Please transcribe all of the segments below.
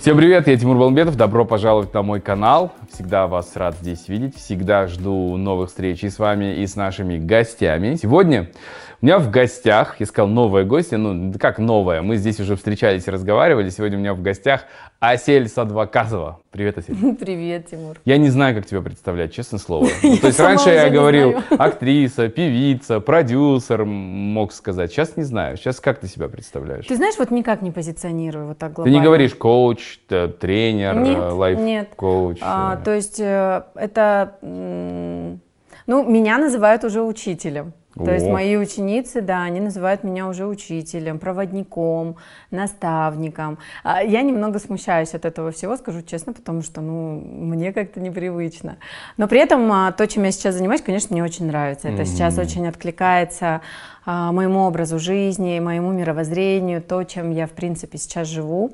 Всем привет, я Тимур Балмбетов, добро пожаловать на мой канал. Всегда вас рад здесь видеть, всегда жду новых встреч и с вами, и с нашими гостями. Сегодня у меня в гостях, я сказал новая гостья, ну как новая, мы здесь уже встречались и разговаривали. Сегодня у меня в гостях Асель Садвакасова. Привет, Асель. Привет, Тимур. Я не знаю, как тебя представлять, честное слово. То есть раньше я говорил актриса, певица, продюсер, мог сказать. Сейчас не знаю. Сейчас как ты себя представляешь? Ты знаешь, вот никак не позиционирую вот так глобально. Ты не говоришь коуч, тренер, лайф-коуч? То есть это, ну, меня называют уже учителем. То есть мои ученицы, да, они называют меня уже учителем, проводником, наставником. Я немного смущаюсь от этого всего, скажу честно, потому что, ну, мне как-то непривычно. Но при этом то, чем я сейчас занимаюсь, конечно, мне очень нравится. Это сейчас очень откликается моему образу жизни, моему мировоззрению, то, чем я, в принципе, сейчас живу.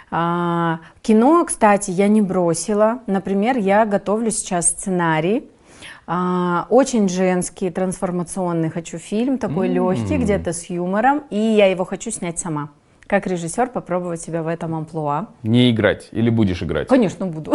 Кино, кстати, я не бросила. Например, я готовлю сейчас сценарий. Очень женский, трансформационный хочу фильм, такой легкий, где-то с юмором, и я его хочу снять сама. Как режиссер попробовать себя в этом амплуа. Не играть или будешь играть? Конечно, буду.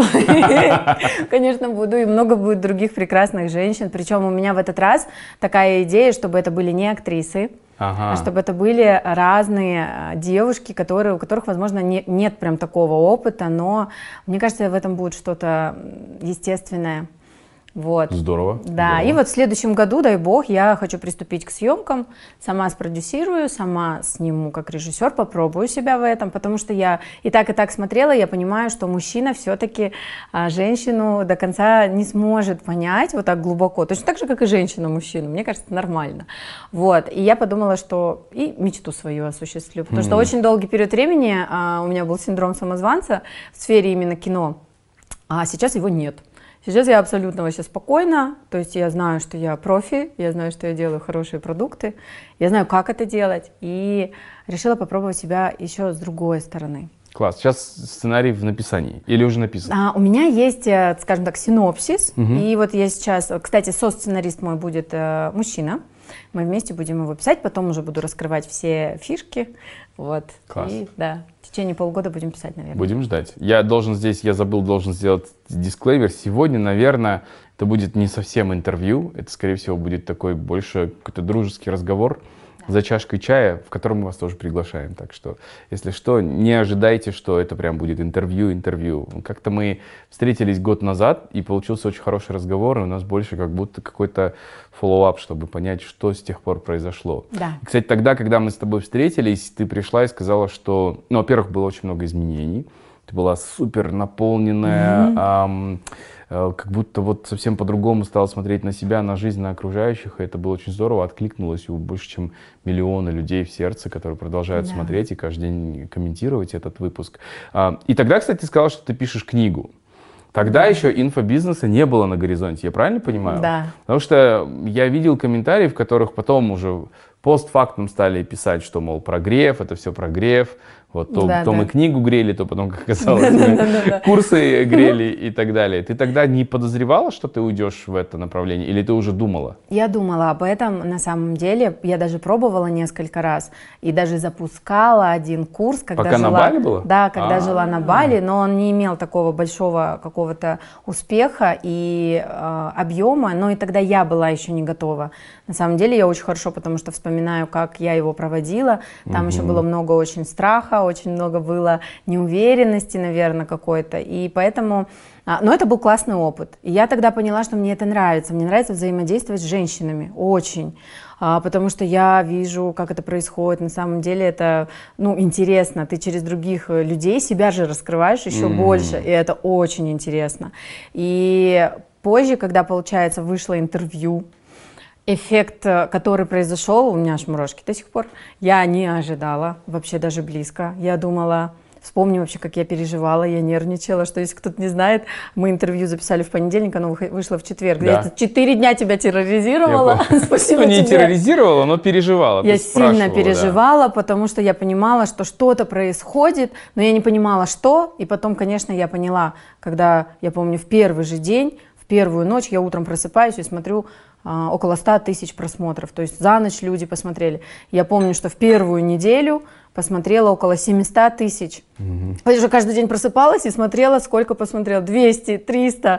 Конечно, буду. И много будет других прекрасных женщин. Причем у меня в этот раз такая идея, чтобы это были не актрисы, а чтобы это были разные девушки, у которых, возможно, нет прям такого опыта, но мне кажется, в этом будет что-то естественное. Вот. Здорово. Да, здорово. И вот в следующем году, дай бог, я хочу приступить к съемкам, сама спродюсирую, сама сниму как режиссер, попробую себя в этом, потому что я и так смотрела, я понимаю, что мужчина все-таки женщину до конца не сможет понять вот так глубоко, точно так же, как и женщина мужчину, мне кажется, это нормально. Вот, и я подумала, что и мечту свою осуществлю, потому что очень долгий период времени у меня был синдром самозванца в сфере именно кино, а сейчас его нет. Сейчас я абсолютно вообще спокойна, то есть я знаю, что я профи, я знаю, что я делаю хорошие продукты, я знаю, как это делать, и решила попробовать себя еще с другой стороны. Класс. Сейчас сценарий в написании или уже написан? У меня есть, скажем так, синопсис, и вот я сейчас, кстати, со-сценарист мой будет мужчина, мы вместе будем его писать, потом уже буду раскрывать все фишки, вот. Класс. И да, в течение полгода будем писать, наверное. Будем ждать. Я должен сделать дисклеймер. Сегодня, наверное, это будет не совсем интервью, это, скорее всего, будет такой больше какой-то дружеский разговор за чашкой чая, в котором мы вас тоже приглашаем. Так что, если что, не ожидайте, что это прям будет интервью. Как-то мы встретились год назад, и получился очень хороший разговор, и у нас больше как будто какой-то фоллоуап, чтобы понять, что с тех пор произошло. Да. И, кстати, тогда, когда мы с тобой встретились, ты пришла и сказала, что, ну, во-первых, было очень много изменений, ты была супер наполненная, как будто вот совсем по-другому стала смотреть на себя, на жизнь, на окружающих, и это было очень здорово, откликнулось у больше, чем миллионы людей в сердце, которые продолжают смотреть и каждый день комментировать этот выпуск. И тогда, кстати, ты сказала, что ты пишешь книгу. Тогда еще инфобизнеса не было на горизонте, я правильно понимаю? Да. Потому что я видел комментарии, в которых потом уже постфактум стали писать, что, мол, прогрев, это все прогрев. Вот, то мы книгу грели, то потом, как оказалось, мы курсы грели и так далее. Ты тогда не подозревала, что ты уйдешь в это направление, или ты уже думала? Я думала об этом, на самом деле. Я даже пробовала несколько раз и даже запускала один курс, когда Пока жила... на Бали была? Да, когда жила на Бали, но он не имел такого большого какого-то успеха и объема, но и тогда я была еще не готова. На самом деле я очень хорошо, потому что вспоминаю, как я его проводила. Там еще было много очень страха, очень много было неуверенности, наверное, какой-то. И поэтому... Но это был классный опыт. И я тогда поняла, что мне это нравится. Мне нравится взаимодействовать с женщинами. Очень. Потому что я вижу, как это происходит. На самом деле это, ну, интересно. Ты через других людей себя же раскрываешь еще больше. И это очень интересно. И позже, когда, получается, вышло интервью, эффект, который произошел, у меня аж мурашки до сих пор, я не ожидала, вообще даже близко. Я думала, вспомни вообще, как я переживала, я нервничала, что если кто-то не знает, мы интервью записали в понедельник, оно вышло в четверг. Да. Я 4 дня тебя терроризировала. Спасибо тебе. Не терроризировала, но переживала. Я сильно переживала, потому что я понимала, что что-то происходит, но я не понимала, что. И потом, конечно, я поняла, когда, я помню, в первый же день, в первую ночь я утром просыпаюсь и смотрю около 100 тысяч просмотров. То есть за ночь люди посмотрели. Я помню, что в первую неделю посмотрела около 700 тысяч. Я уже каждый день просыпалась и смотрела, сколько посмотрела. 200, 300.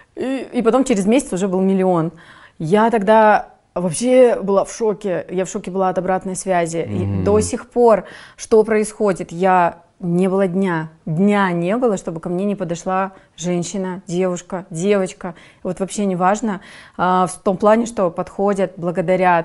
И потом через месяц уже был 1 миллион. Я тогда вообще была в шоке. Я в шоке была от обратной связи. И до сих пор, что происходит, не было дня не было, чтобы ко мне не подошла женщина, девушка, девочка. Вот вообще не важно, в том плане, что подходят, благодарят.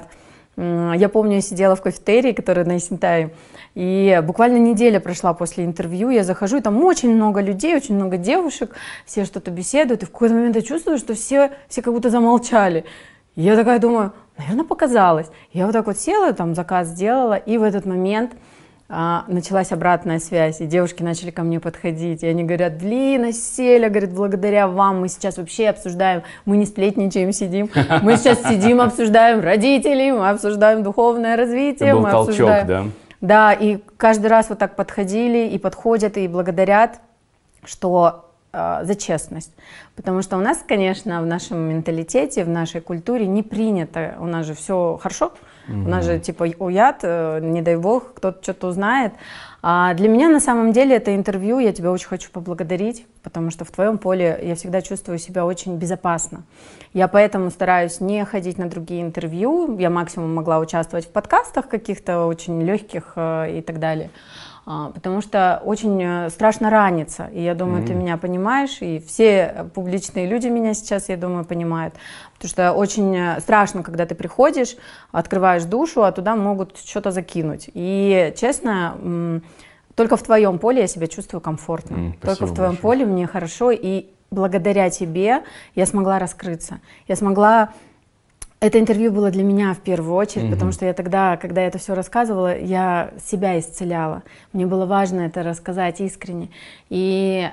Я помню, я сидела в кафетерии, которая на Ессентае, и буквально неделя прошла после интервью, я захожу, и там очень много людей, очень много девушек, все что-то беседуют, и в какой-то момент я чувствую, что все как будто замолчали. И я такая думаю, наверное, показалось. Я вот так вот села, там заказ сделала, и в этот момент началась обратная связь, и девушки начали ко мне подходить, и они говорят, блин, Аселя, говорит, благодаря вам мы сейчас вообще обсуждаем, мы не сплетничаем, сидим, мы сейчас сидим, обсуждаем родителей, мы обсуждаем духовное развитие. Это был толчок, да? Да, и каждый раз вот так подходили, и подходят, и благодарят, что за честность. Потому что у нас, конечно, в нашем менталитете, в нашей культуре не принято, у нас же все хорошо, у нас же типа уят, не дай бог, кто-то что-то узнает. А для меня на самом деле это интервью, я тебя очень хочу поблагодарить, потому что в твоем поле я всегда чувствую себя очень безопасно. Я поэтому стараюсь не ходить на другие интервью, я максимум могла участвовать в подкастах каких-то очень легких и так далее. Потому что очень страшно раниться, и я думаю, ты меня понимаешь, и все публичные люди меня сейчас, я думаю, понимают, потому что очень страшно, когда ты приходишь, открываешь душу, а туда могут что-то закинуть, и честно, только в твоем поле я себя чувствую комфортно, только в твоем поле мне хорошо, и благодаря тебе я смогла раскрыться, я смогла. Это интервью было для меня в первую очередь, потому что я тогда, когда я это все рассказывала, я себя исцеляла. Мне было важно это рассказать искренне. И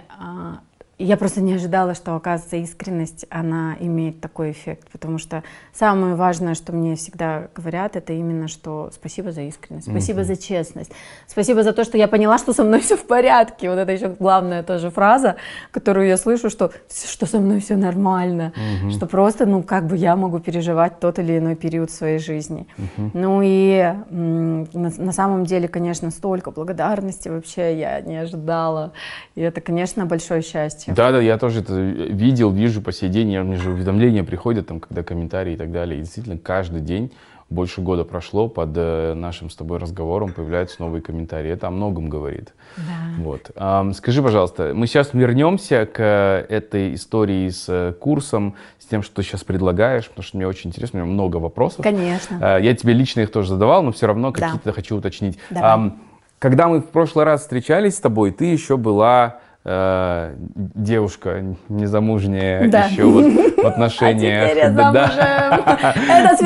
я просто не ожидала, что, оказывается, искренность, она имеет такой эффект. Потому что самое важное, что мне всегда говорят, это именно, что спасибо за искренность, спасибо за честность, спасибо за то, что я поняла, что со мной все в порядке. Вот это еще главная тоже фраза, которую я слышу, что со мной все нормально, что просто, ну, как бы я могу переживать тот или иной период в своей жизни. Ну и на самом деле, конечно, столько благодарности вообще я не ожидала. И это, конечно, большое счастье. Да, я тоже это вижу по сей день, мне же уведомления приходят, там, когда комментарии и так далее, и действительно каждый день, больше года прошло, под нашим с тобой разговором появляются новые комментарии, это о многом говорит. Да. Вот. Скажи, пожалуйста, мы сейчас вернемся к этой истории с курсом, с тем, что ты сейчас предлагаешь, потому что мне очень интересно, у меня много вопросов. Конечно. Я тебе лично их тоже задавал, но все равно какие-то хочу уточнить. Давай. Когда мы в прошлый раз встречались с тобой, ты еще была девушка незамужняя, да. еще вот в отношениях. А теперь я замужем. Это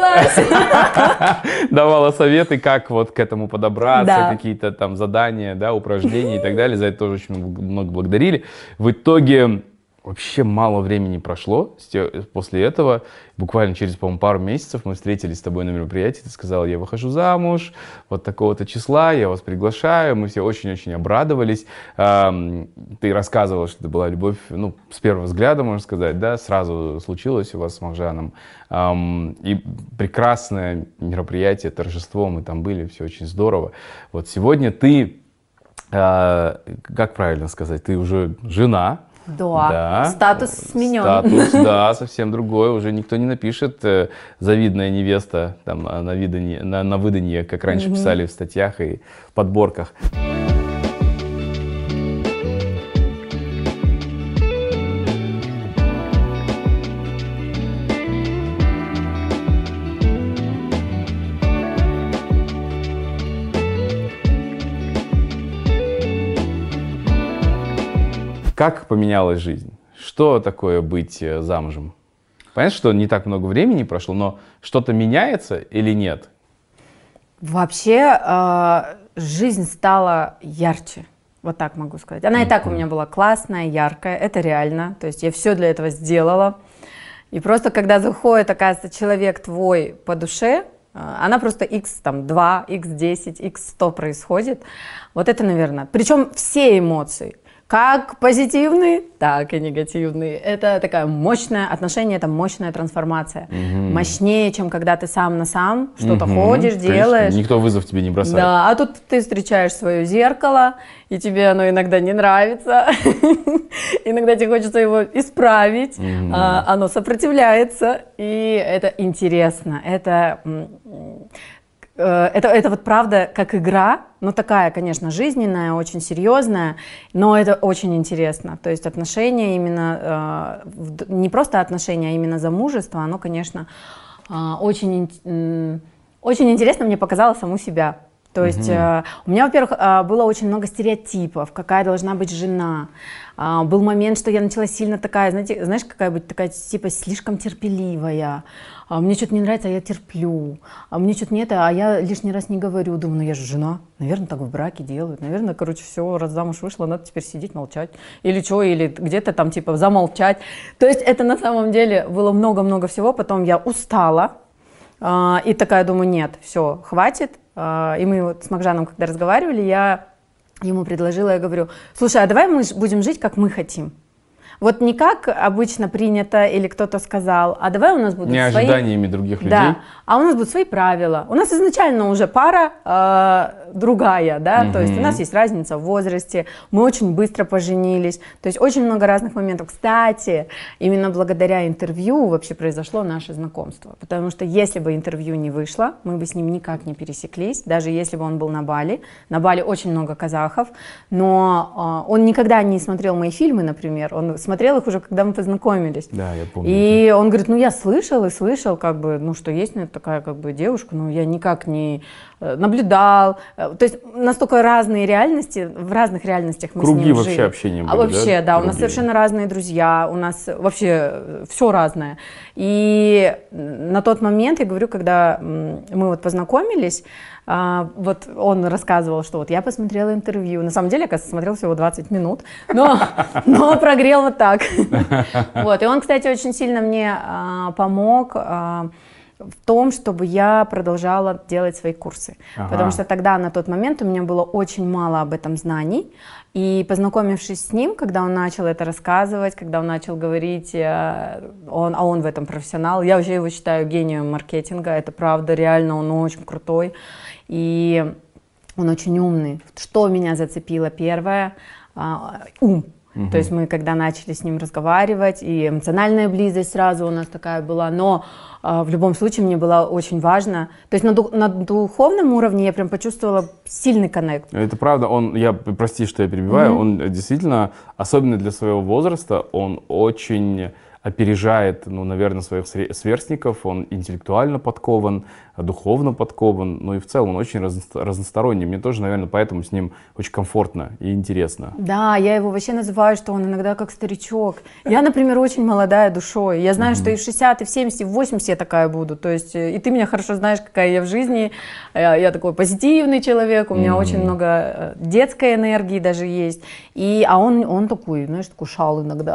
свершилось. Давала советы, как вот к этому подобраться, какие-то там задания, да, упражнения и так далее. За это тоже очень много благодарили. В итоге вообще мало времени прошло после этого. Буквально через, по-моему, пару месяцев мы встретились с тобой на мероприятии. Ты сказала, я выхожу замуж, вот такого-то числа, я вас приглашаю. Мы все очень-очень обрадовались. Ты рассказывала, что это была любовь, ну, с первого взгляда, можно сказать, да, сразу случилось у вас с Махжаном. И прекрасное мероприятие, торжество, мы там были, все очень здорово. Вот сегодня ты, как правильно сказать, ты уже жена. Да, статус сменен. Статус, да, совсем другой. Уже никто не напишет завидная невеста там, на выданье, как раньше писали в статьях и подборках. Как поменялась жизнь? Что такое быть замужем? Понятно, что не так много времени прошло, но что-то меняется или нет? Вообще жизнь стала ярче, вот так могу сказать. Она и так у меня была классная, яркая, это реально. То есть я все для этого сделала. И просто когда заходит, оказывается, человек твой по душе, она просто x2, x10, x100 происходит. Вот это, наверное. Причем все эмоции. Как позитивные, так и негативные. Это такая мощная, отношения, это мощная трансформация. Мощнее, чем когда ты сам на сам что-то ходишь, делаешь. Конечно. Никто вызов тебе не бросает. Да, а тут ты встречаешь свое зеркало, и тебе оно иногда не нравится. Иногда тебе хочется его исправить, оно сопротивляется, и это интересно. Это вот правда как игра, но такая, конечно, жизненная, очень серьезная, но это очень интересно. То есть отношения именно, не просто отношения, а именно замужество, оно, конечно, очень интересно мне показало саму себя. То есть у меня, во-первых, было очень много стереотипов, какая должна быть жена. Был момент, что я начала сильно такая, знаешь, какая-быть такая, типа, слишком терпеливая. Мне что-то не нравится, а я терплю. А мне что-то не это, а я лишний раз не говорю. Думаю, ну я же жена, наверное, так в браке делают. Наверное, короче, все, раз замуж вышла, надо теперь сидеть, молчать. Или что, или где-то там, типа, замолчать. То есть это на самом деле было много-много всего. Потом я устала. И такая думаю, нет, все, хватит. И мы вот с Махжаном, когда разговаривали, я ему предложила, я говорю, слушай, а давай мы будем жить, как мы хотим. Вот не как обычно принято или кто-то сказал, а давай у нас будут не свои... ожиданиями других людей. Да, а у нас будут свои правила. У нас изначально уже пара другая, да, то есть у нас есть разница в возрасте, мы очень быстро поженились, то есть очень много разных моментов. Кстати, именно благодаря интервью вообще произошло наше знакомство, потому что если бы интервью не вышло, мы бы с ним никак не пересеклись, даже если бы он был на Бали. На Бали очень много казахов, но он никогда не смотрел мои фильмы, например, он смотрел их уже, когда мы познакомились. Да, я помню. И он говорит, ну я слышал, как бы, ну что есть такая как бы девушка, но я никак не наблюдал. То есть настолько разные реальности, в разных реальностях мы Круги с ним вообще жили. общения были, вообще, да, у нас другие. совершенно разные друзья, у нас вообще все разное. И на тот момент, я говорю, когда мы вот познакомились, вот он рассказывал, что вот я посмотрела интервью. На самом деле, оказывается, смотрел всего 20 минут, но прогрел вот так. Вот. И он, кстати, очень сильно мне помог в том, чтобы я продолжала делать свои курсы. Потому что тогда, на тот момент, у меня было очень мало об этом знаний. И познакомившись с ним, когда он начал это рассказывать, когда он начал говорить, он в этом профессионал, я вообще его считаю гением маркетинга, это правда, реально, он очень крутой. И он очень умный. Что меня зацепило первое? Ум. То есть мы, когда начали с ним разговаривать, и эмоциональная близость сразу у нас такая была, но в любом случае мне было очень важно. То есть на духовном уровне я прям почувствовала сильный коннект. Это правда, прости, что я перебиваю, он действительно, особенно для своего возраста, он очень опережает, ну, наверное, своих сверстников, он интеллектуально подкован, духовно подкован, ну и в целом он очень разносторонний. Мне тоже, наверное, поэтому с ним очень комфортно и интересно. Да, я его вообще называю, что он иногда как старичок. Я, например, очень молодая душой. Я знаю, что и в 60, и в 70, и в 80 я такая буду. То есть и ты меня хорошо знаешь, какая я в жизни. Я такой позитивный человек, у меня очень много детской энергии даже есть. А он такой, знаешь, такой шал иногда.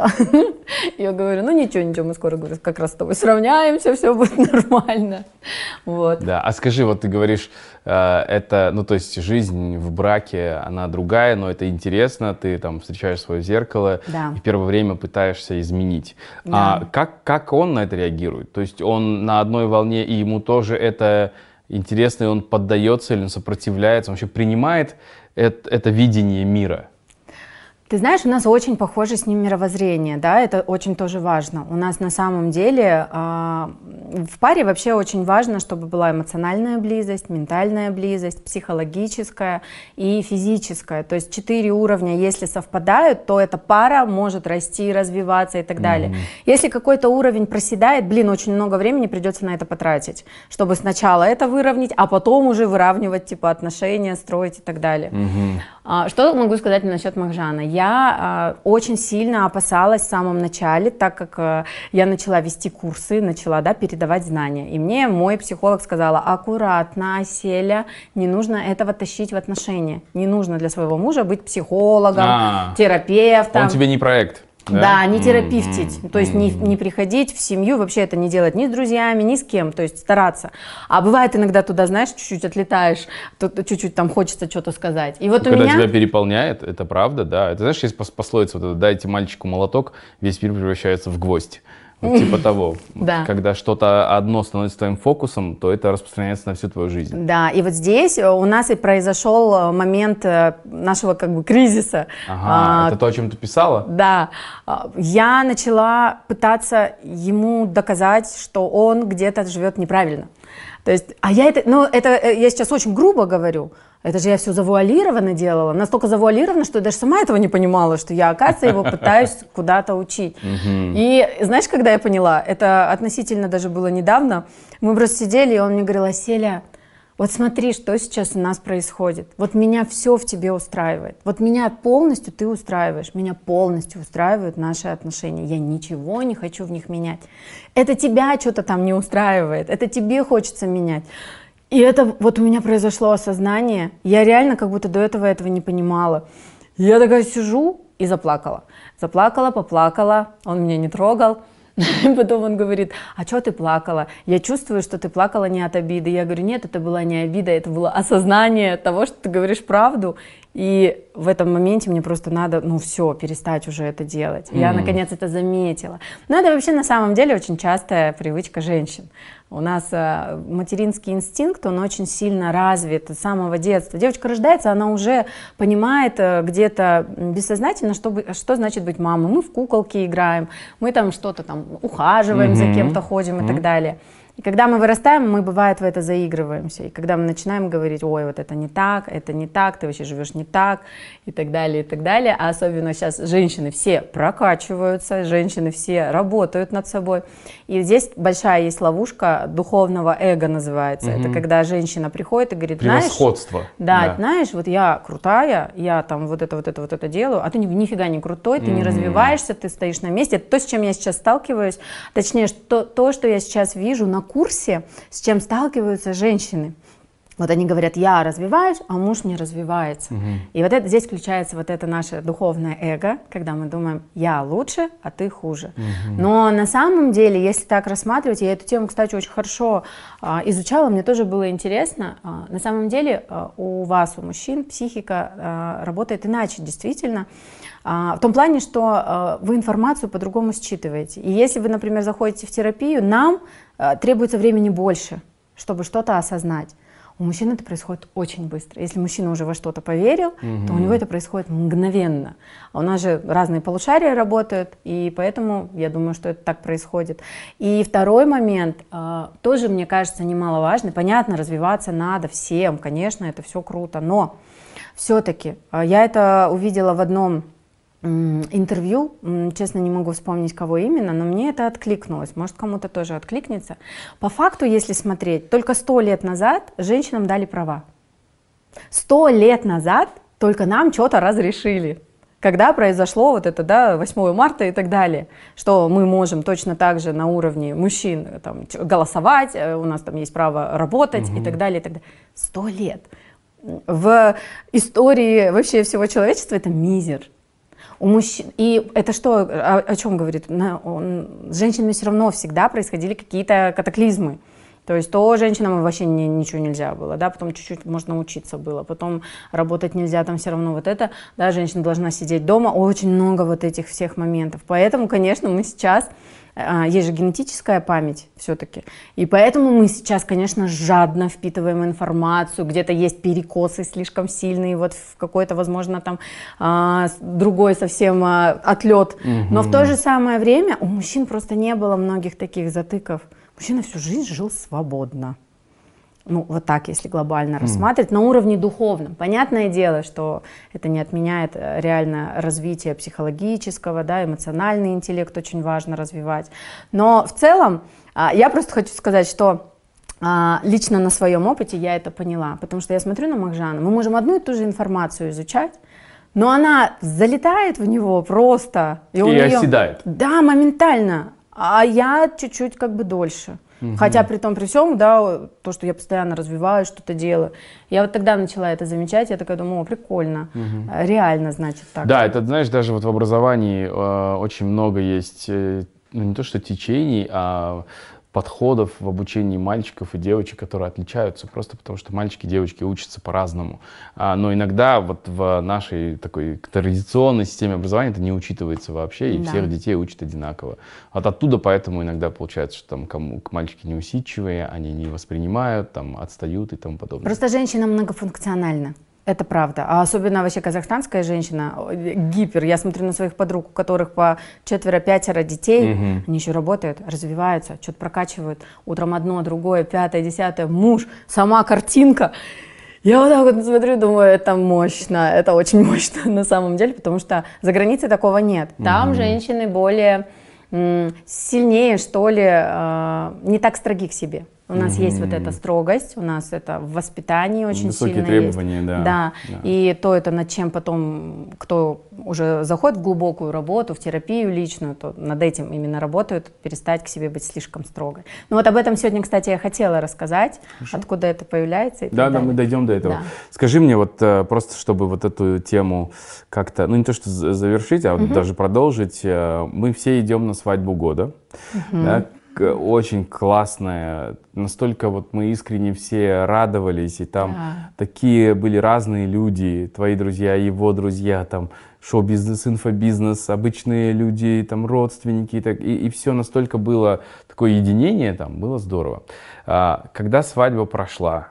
Я говорю, ну ничего, мы скоро, говорю, как раз с тобой сравняемся, все будет нормально. Вот. Да, а скажи, вот ты говоришь, это, ну то есть жизнь в браке, она другая, но это интересно, ты там встречаешь свое зеркало, да. И первое время пытаешься изменить. Да. А как он на это реагирует? То есть он на одной волне, и ему тоже это интересно, и он поддается или он сопротивляется, он вообще принимает это видение мира? Ты знаешь, у нас очень похоже с ним мировоззрение, да, это очень тоже важно. У нас на самом деле в паре вообще очень важно, чтобы была эмоциональная близость, ментальная близость, психологическая и физическая. То есть 4 уровня, если совпадают, то эта пара может расти, развиваться и так далее. Если какой-то уровень проседает, очень много времени придется на это потратить, чтобы сначала это выровнять, а потом уже выравнивать типа отношения, строить и так далее. Что могу сказать насчет Махжана? Я очень сильно опасалась в самом начале, так как я начала вести курсы, начала передавать знания. И мне мой психолог сказала: аккуратно, Аселя, не нужно этого тащить в отношения. Не нужно для своего мужа быть психологом, терапевтом. Он тебе не проект. Да, не терапевтить, то есть не приходить в семью, вообще это не делать ни с друзьями, ни с кем, то есть стараться. А бывает иногда туда, знаешь, чуть-чуть отлетаешь, чуть-чуть там хочется что-то сказать. И вот когда тебя переполняет, это правда, да. Это знаешь, есть пословица, вот это, дайте мальчику молоток, весь мир превращается в гвоздь. Вот типа того. Да. Когда что-то одно становится твоим фокусом, то это распространяется на всю твою жизнь. Да, и вот здесь у нас и произошел момент нашего как бы кризиса. Ага, это то, о чем ты писала? Да. Я начала пытаться ему доказать, что он где-то живет неправильно. То есть, это я сейчас очень грубо говорю. Это же я все завуалированно делала, настолько завуалированно, что я даже сама этого не понимала, что я, оказывается, его пытаюсь куда-то учить. И знаешь, когда я поняла, это относительно даже было недавно, мы просто сидели, и он мне говорил: Аселя, вот смотри, что сейчас у нас происходит. Вот меня все в тебе устраивает. Вот меня полностью ты устраиваешь. Меня полностью устраивают наши отношения. Я ничего не хочу в них менять. Это тебя что-то там не устраивает. Это тебе хочется менять. И это вот у меня произошло осознание. Я реально как будто до этого не понимала. Я такая сижу и заплакала. Заплакала, поплакала. Он меня не трогал. Потом он говорит: а что ты плакала? Я чувствую, что ты плакала не от обиды. Я говорю: нет, это была не обида, это было осознание того, что ты говоришь правду. И в этом моменте мне просто надо, все, перестать уже это делать. Я наконец это заметила. Но это вообще на самом деле очень частая привычка женщин. У нас материнский инстинкт, он очень сильно развит с самого детства. Девочка рождается, она уже понимает где-то бессознательно, что значит быть мамой. Мы в куколки играем, мы там что-то там ухаживаем за кем-то, ходим и так далее. И когда мы вырастаем, мы, бывает, в это заигрываемся. И когда мы начинаем говорить: ой, вот это не так, ты вообще живешь не так, и так далее, и так далее. А особенно сейчас женщины все прокачиваются, женщины все работают над собой. И здесь большая есть ловушка духовного эго, называется. Это когда женщина приходит и говорит: превосходство. Да, знаешь, вот я крутая, я там вот это делаю, а ты нифига не крутой, ты не развиваешься, ты стоишь на месте. Это то, с чем я сейчас сталкиваюсь, точнее, то, что я сейчас вижу на курсе, с чем сталкиваются женщины. Вот они говорят: я развиваюсь, а муж не развивается. И вот это, здесь включается вот это наше духовное эго, когда мы думаем: я лучше, а ты хуже. Но на самом деле, если так рассматривать, я эту тему, кстати, очень хорошо изучала, мне тоже было интересно. На самом деле у вас, у мужчин, психика работает иначе, действительно. В том плане, что вы информацию по-другому считываете. И если вы, например, заходите в терапию, нам требуется времени больше, чтобы что-то осознать. У мужчин это происходит очень быстро. Если мужчина уже во что-то поверил, то у него это происходит мгновенно. А у нас же разные полушария работают, и поэтому я думаю, что это так происходит. И второй момент, тоже, мне кажется, немаловажный. Понятно, развиваться надо всем, конечно, это все круто, но все-таки я это увидела в одном интервью, честно, не могу вспомнить, кого именно, но мне это откликнулось, может, кому-то тоже откликнется. По факту, если смотреть, только 100 лет назад женщинам дали права. 100 лет назад только нам что-то разрешили. Когда произошло вот это, да, 8 марта и так далее, что мы можем точно так же на уровне мужчин там, голосовать, у нас там есть право работать и так далее, и так далее. 100 лет. В истории вообще всего человечества это мизер. У мужчин, и это что, о чем говорит? С женщинами все равно всегда происходили какие-то катаклизмы. То есть то женщинам вообще ничего нельзя было, да, потом чуть-чуть можно учиться было, потом работать нельзя, там все равно вот это, да, женщина должна сидеть дома, очень много вот этих всех моментов. Поэтому, конечно, мы сейчас, есть же генетическая память все-таки, и поэтому мы сейчас, конечно, жадно впитываем информацию, где-то есть перекосы слишком сильные, вот в какой-то, возможно, там другой совсем отлет, но в то же самое время у мужчин просто не было многих таких затыков. Мужчина всю жизнь жил свободно. Ну, вот так, если глобально рассматривать, на уровне духовном. Понятное дело, что это не отменяет реально развитие психологического, да, эмоциональный интеллект очень важно развивать. Но в целом, я просто хочу сказать, что лично на своем опыте я это поняла. Потому что я смотрю на Махжана, мы можем одну и ту же информацию изучать, но она залетает в него просто. И оседает. Да, моментально. А я чуть-чуть как бы дольше. Хотя при том, при всем, да, то, что я постоянно развиваюсь, что-то делаю. Я вот тогда начала это замечать, я такая думаю, о, прикольно, реально, значит, так. Да, это, знаешь, даже вот в образовании очень много есть, ну, не то что течений, а подходов в обучении мальчиков и девочек, которые отличаются, просто потому что мальчики и девочки учатся по-разному. Но иногда вот в нашей такой традиционной системе образования это не учитывается вообще, и всех детей учат одинаково. Вот оттуда поэтому иногда получается, что там мальчики неусидчивые, они не воспринимают, там отстают и тому подобное. Просто женщина многофункциональна. Это правда. А особенно вообще казахстанская женщина, гипер. Я смотрю на своих подруг, у которых по 4-5 детей, они еще работают, развиваются, что-то прокачивают. Утром одно, другое, 5-е, 10-е, муж, сама картинка. Я вот так вот смотрю, думаю, это мощно, это очень мощно на самом деле, потому что за границей такого нет. Там женщины более сильнее, что ли, не так строги к себе. У нас есть вот эта строгость, у нас это в воспитании очень высокие сильно требования, есть. да. И то это над чем потом, кто уже заходит в глубокую работу, в терапию личную, то над этим именно работают, перестать к себе быть слишком строгой. Ну вот об этом сегодня, кстати, я хотела рассказать, откуда это появляется. И да, мы дойдем до этого. Да. Скажи мне, вот просто чтобы вот эту тему как-то, ну не то что завершить, а вот даже продолжить, мы все идем на свадьбу года, да? Очень классная, настолько вот мы искренне все радовались, и там такие были разные люди, твои друзья, его друзья, там шоу-бизнес, инфобизнес, обычные люди, там родственники, и все настолько было такое единение, там было здорово. Когда свадьба прошла,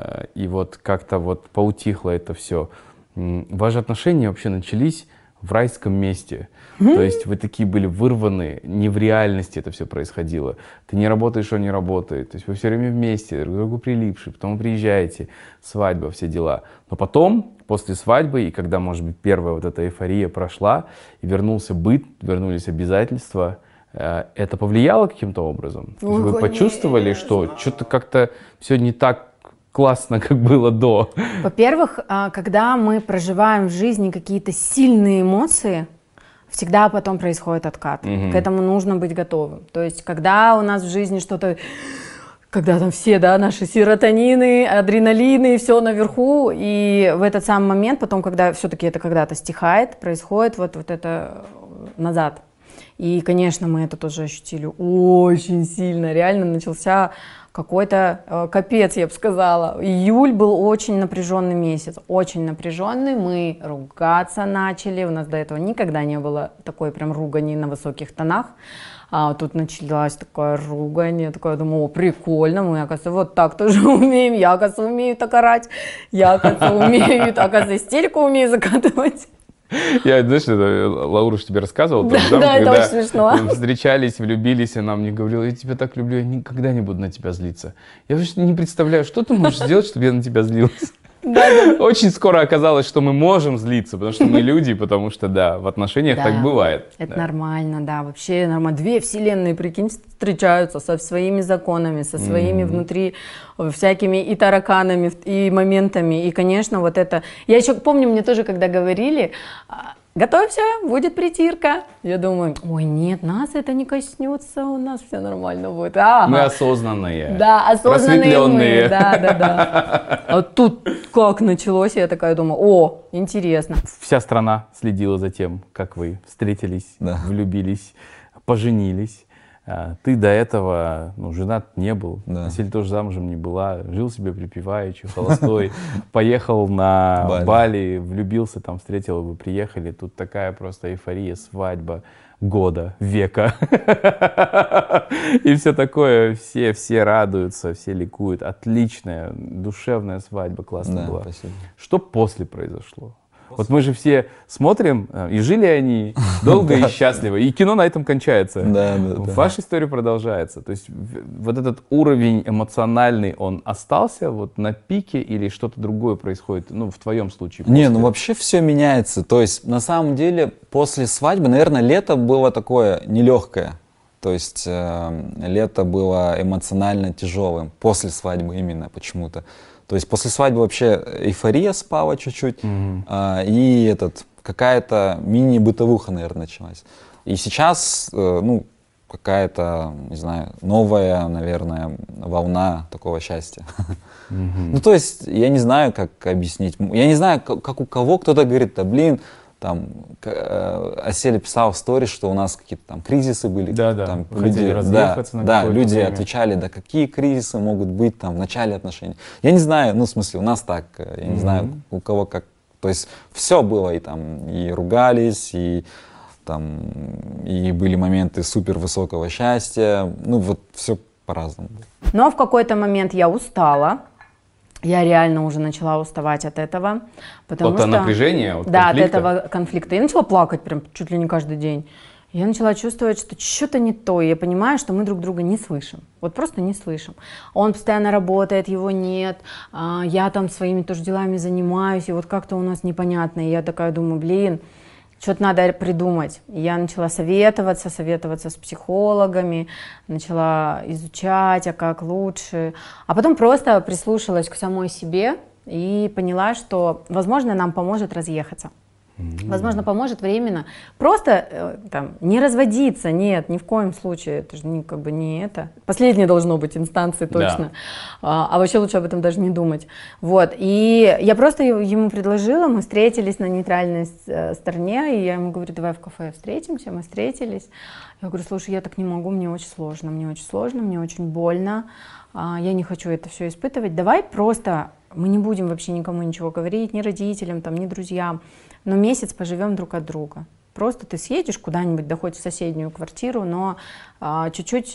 и вот как-то вот поутихло это все, ваши отношения вообще начались в райском месте. То есть вы такие были вырваны, не в реальности это все происходило. Ты не работаешь, он не работает. То есть вы все время вместе, друг к другу прилипшие, потом приезжаете, свадьба, все дела. Но потом, после свадьбы, и когда, может быть, первая вот эта эйфория прошла, и вернулся быт, вернулись обязательства, это повлияло каким-то образом? То есть вы почувствовали, что что-то как-то все не так классно, как было до? Во-первых, когда мы проживаем в жизни какие-то сильные эмоции, всегда потом происходит откат. К этому нужно быть готовым. То есть, когда у нас в жизни что-то, когда там все, да, наши серотонины, адреналины, все наверху, и в этот самый момент, потом, когда все-таки это когда-то стихает, происходит вот это назад. И, конечно, мы это тоже ощутили очень сильно. Реально начался какой-то капец, я бы сказала. Июль был очень напряженный месяц, очень напряженный. Мы ругаться начали. У нас до этого никогда не было такой прям ругани на высоких тонах. А тут началась такая ругань. Я такая думаю, о, прикольно, мы, оказывается, вот так тоже умеем. Я, оказывается, умею так орать. Я, оказывается, умею, оказывается, истерику умею закатывать. Я, знаешь, Лауруш тебе рассказывал, да, это очень смешно. Мы встречались, влюбились, она мне говорила, я тебя так люблю, я никогда не буду на тебя злиться. Я вообще не представляю, что ты можешь сделать, чтобы я на тебя злился. Очень скоро оказалось, что мы можем злиться, потому что мы люди, потому что, да, в отношениях так бывает. Это нормально, да, вообще нормально. Две вселенные, прикинь, встречаются со своими законами, со своими внутри всякими и тараканами, и моментами. И, конечно, вот это... Я еще помню, мне тоже, когда говорили, готовься, будет притирка. Я думаю, ой, нет, нас это не коснется, у нас все нормально будет. Мы осознанные. Да, осознанные мы, да. А тут как началось, я такая думаю, о, интересно. Вся страна следила за тем, как вы встретились, влюбились, поженились. Ты до этого, женат не был, Василий тоже замужем не была, жил себе припеваючи, холостой, поехал на Бали, влюбился, там встретил, вы приехали, тут такая просто эйфория, свадьба года, века. И все такое, все радуются, все ликуют. Отличная, душевная свадьба, классно была. Спасибо. Что после произошло? Вот мы же все смотрим, и жили они долго и счастливо, и кино на этом кончается. Ваша история продолжается. То есть вот этот уровень эмоциональный, он остался вот на пике или что-то другое происходит, в твоем случае? Не, вообще все меняется. То есть на самом деле после свадьбы, наверное, лето было такое нелегкое. То есть лето было эмоционально тяжелым, после свадьбы именно почему-то. То есть после свадьбы вообще эйфория спала чуть-чуть, и какая-то мини-бытовуха, наверное, началась. И сейчас, какая-то, не знаю, новая, наверное, волна такого счастья. Ну, то есть, я не знаю, как объяснить. Я не знаю, как у кого кто-то говорит, да, блин, там, Асель писал в сторис, что у нас какие-то там кризисы были. Да, там, хотели разъехаться на да, люди время. отвечали, да, какие кризисы могут быть там в начале отношений. Я не знаю, ну, в смысле, у нас так, я не знаю, у кого как. То есть, все было, и там, и ругались, и там, и были моменты супер высокого счастья. Ну, вот все по-разному. Но в какой-то момент я устала. Я реально уже начала уставать от этого. Потому От что, напряжения, от да, конфликта? от этого конфликта. Я начала плакать прям чуть ли не каждый день. Я начала чувствовать, что что-то не то. И я понимаю, что мы друг друга не слышим. Вот просто не слышим. Он постоянно работает, его нет. Я там своими тоже делами занимаюсь. И вот как-то у нас непонятно. И я такая думаю, блин, что-то надо придумать. И я начала советоваться с психологами, начала изучать, а как лучше. А потом просто прислушалась к самой себе и поняла, что, возможно, нам поможет разъехаться. Возможно, поможет временно. Просто там, не разводиться, нет, ни в коем случае. Это же как бы не это. Последнее должно быть инстанции точно. Да. А вообще лучше об этом даже не думать. Вот. И я просто ему предложила, мы встретились на нейтральной стороне, и я ему говорю, давай в кафе встретимся. Мы встретились. Я говорю, слушай, я так не могу, мне очень сложно, мне очень больно. Я не хочу это все испытывать. Давай просто мы не будем вообще никому ничего говорить, ни родителям, там, ни друзьям. Но месяц поживем друг от друга. Просто ты съедешь куда-нибудь, да хоть в соседнюю квартиру, но чуть-чуть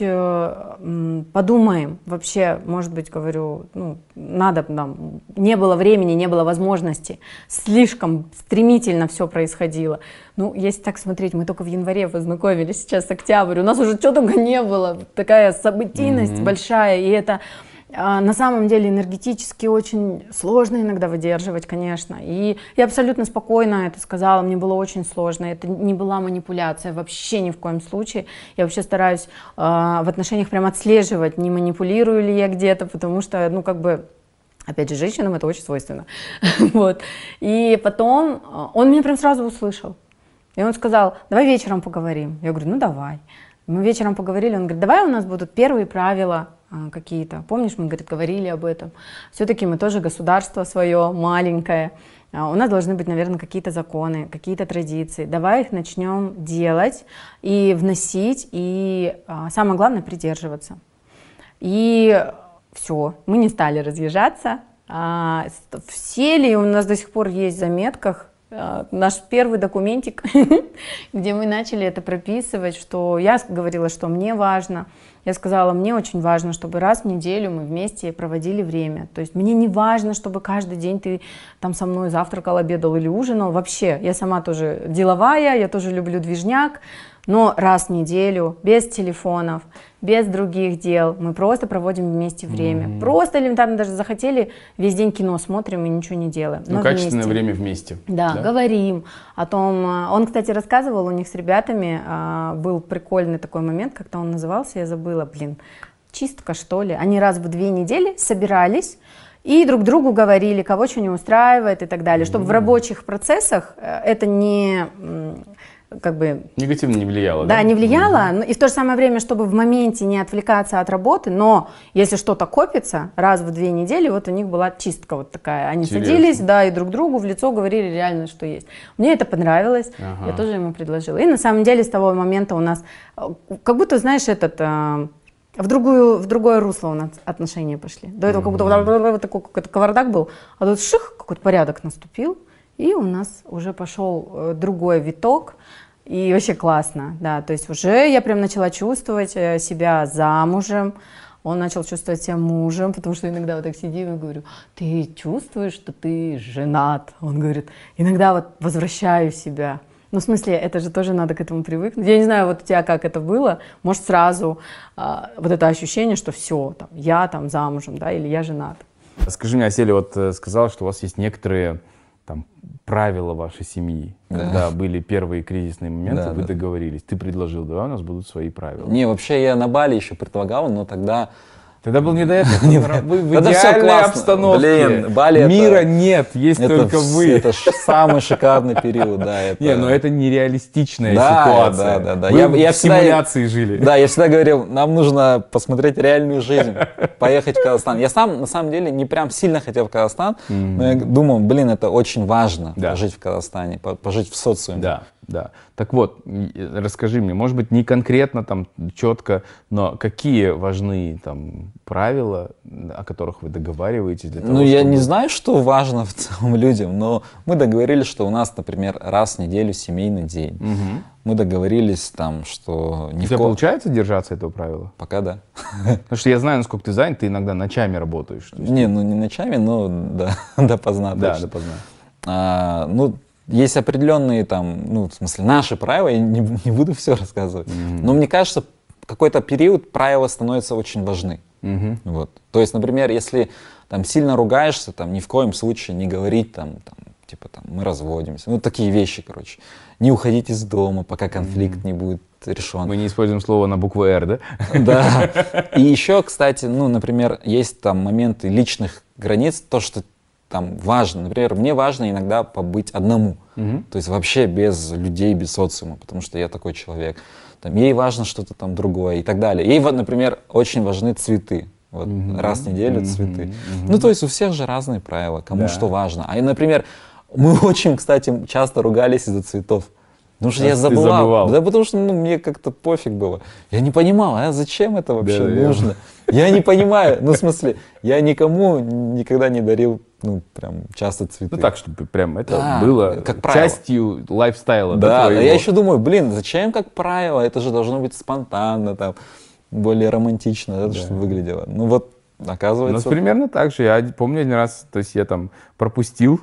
подумаем. Вообще, может быть, говорю, ну, надо нам, не было времени, не было возможности. Слишком стремительно все происходило. Ну, если так смотреть, мы только в январе познакомились, сейчас октябрь, у нас уже чего только не было. Такая событийность большая, и это... На самом деле энергетически очень сложно иногда выдерживать, конечно. И я абсолютно спокойно это сказала, мне было очень сложно. Это не была манипуляция, вообще ни в коем случае. Я вообще стараюсь в отношениях прям отслеживать, не манипулирую ли я где-то, потому что, ну, как бы, опять же, женщинам это очень свойственно. Вот. И потом он меня прям сразу услышал. И он сказал, давай вечером поговорим. Я говорю, ну давай. Мы вечером поговорили, он говорит, давай у нас будут первые правила какие-то. Помнишь, мы, говорит, говорили об этом. Все-таки мы тоже государство свое маленькое. У нас должны быть, наверное, какие-то законы, какие-то традиции. Давай их начнем делать и вносить, и самое главное придерживаться. И все, мы не стали разъезжаться. Сели, у нас до сих пор есть в заметках наш первый документик, где мы начали это прописывать, что я говорила, что мне важно. Я сказала, мне очень важно, чтобы раз в неделю мы вместе проводили время. То есть мне не важно, чтобы каждый день ты там со мной завтракал, обедал или ужинал. Вообще, я сама тоже деловая, я тоже люблю движняк. Но раз в неделю, без телефонов, без других дел, мы просто проводим вместе время. Просто элементарно даже захотели, весь день кино смотрим и ничего не делаем. Ну, качественное время вместе. Да, говорим о том. Он, кстати, рассказывал, у них с ребятами был прикольный такой момент, как-то он назывался, я забыла, блин, чистка, что ли. Они раз в 2 недели собирались и друг другу говорили, кого что не устраивает и так далее, чтобы в рабочих процессах это не... как бы... Негативно не влияло, да? Да, не влияло, и в то же самое время, чтобы в моменте не отвлекаться от работы, но если что-то копится, раз в 2 недели, вот у них была чистка вот такая. Они садились, да, и друг другу в лицо говорили реально, что есть. Мне это понравилось, я тоже ему предложила. И на самом деле с того момента у нас, как будто, знаешь, в другое русло у нас отношения пошли. До этого как будто вот такой какой-то кавардак был, а тут ших, какой-то порядок наступил. И у нас уже пошел другой виток, и вообще классно, да, то есть уже я прям начала чувствовать себя замужем, он начал чувствовать себя мужем, потому что иногда вот так сидим и говорю, ты чувствуешь, что ты женат? Он говорит, иногда вот возвращаю себя. Ну, в смысле, это же тоже надо к этому привыкнуть. Я не знаю, вот у тебя как это было, может сразу вот это ощущение, что все, там, я там замужем, да, или я женат. Скажи мне, Асель вот сказала, что у вас есть некоторые там правила вашей семьи, когда были первые кризисные моменты, вы договорились, ты предложил, давай у нас будут свои правила. Не, вообще я на Бали еще предлагал, но тогда Тогда был не до этого. Вы в Тогда всё идеальной классно. обстановке. Блин, Бали Мира нет, есть только вы. Это самый шикарный период, да. Не, но это нереалистичная Да, ситуация. да. Вы Я в всегда- симуляции жили. Да, я всегда говорил, нам нужно посмотреть реальную жизнь, поехать в Казахстан. Я сам, на самом деле, не прям сильно хотел в Казахстан, но я думал, блин, это очень важно, Да. жить в Казахстане, пожить в социуме. Да, да. Так вот, расскажи мне, может быть, не конкретно там четко, но какие важны там правила, о которых вы договариваетесь для того, Ну, я чтобы- не знаю, что важно в целом людям, но мы договорились, что у нас, например, раз в неделю семейный день. Мгм. Мы договорились там, что У ни в тебя ко- получается держаться этого правила? Пока да. Потому что я знаю, насколько ты занят, ты иногда ночами работаешь. То есть- Не, ну не ночами, но да, допоздна Да, точно. допоздна. Ну, есть определенные там, ну, в смысле, наши правила, я не буду все рассказывать. Но мне кажется, какой-то период правила становятся очень важны. Мгм. Вот. То есть, например, если там сильно ругаешься, там ни в коем случае не говорить там, типа там мы разводимся. Ну, такие вещи, короче. Не уходить из дома, пока конфликт не будет решен. Мы не используем слово на букву «Р», да? Да. И еще, кстати, ну, например, есть там моменты личных границ, то, что там важно. Например, мне важно иногда побыть одному. То есть вообще без людей, без социума, потому что я такой человек. Там, ей важно что-то там другое и так далее. Ей, вот, например, очень важны цветы. Вот, раз в неделю цветы. Ну, то есть у всех же разные правила, кому Да. что важно. А, например, мы очень, кстати, часто ругались из-за цветов. Потому что я Ты забывал. забывал. Да потому что мне как-то пофиг было. Я не понимал, а зачем это вообще Да, я- нужно? Я не понимаю. Ну, в смысле, я никому никогда не дарил, ну, прям часто цветы. Ну так, чтобы прям это Да, было как правило. частью лайфстайла, Да, твоего? я еще думаю, блин, зачем как правило? Это же должно быть спонтанно, там, более романтично, да, чтобы выглядело. Ну вот, У нас оказывается... примерно так же. Я помню один раз, то есть я там пропустил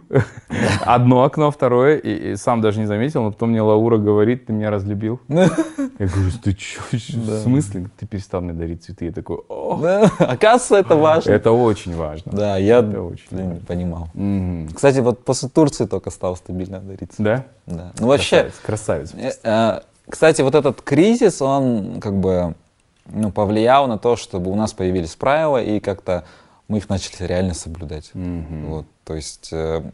одно окно, второе, и сам даже не заметил, но потом мне Лаура говорит, ты меня разлюбил. Я говорю, ты что, в смысле? Ты перестал мне дарить цветы. Я такой, о, Да, оказывается, это важно. это очень важно. Да, я Это очень блин, не понимал. Мгм. Кстати, вот после Турции только стал стабильно дариться. Да? Да. Ну вообще, Красавец. кстати, вот этот кризис, он как бы ну, повлиял на то, чтобы у нас появились правила, и как-то мы их начали реально соблюдать. Вот, то есть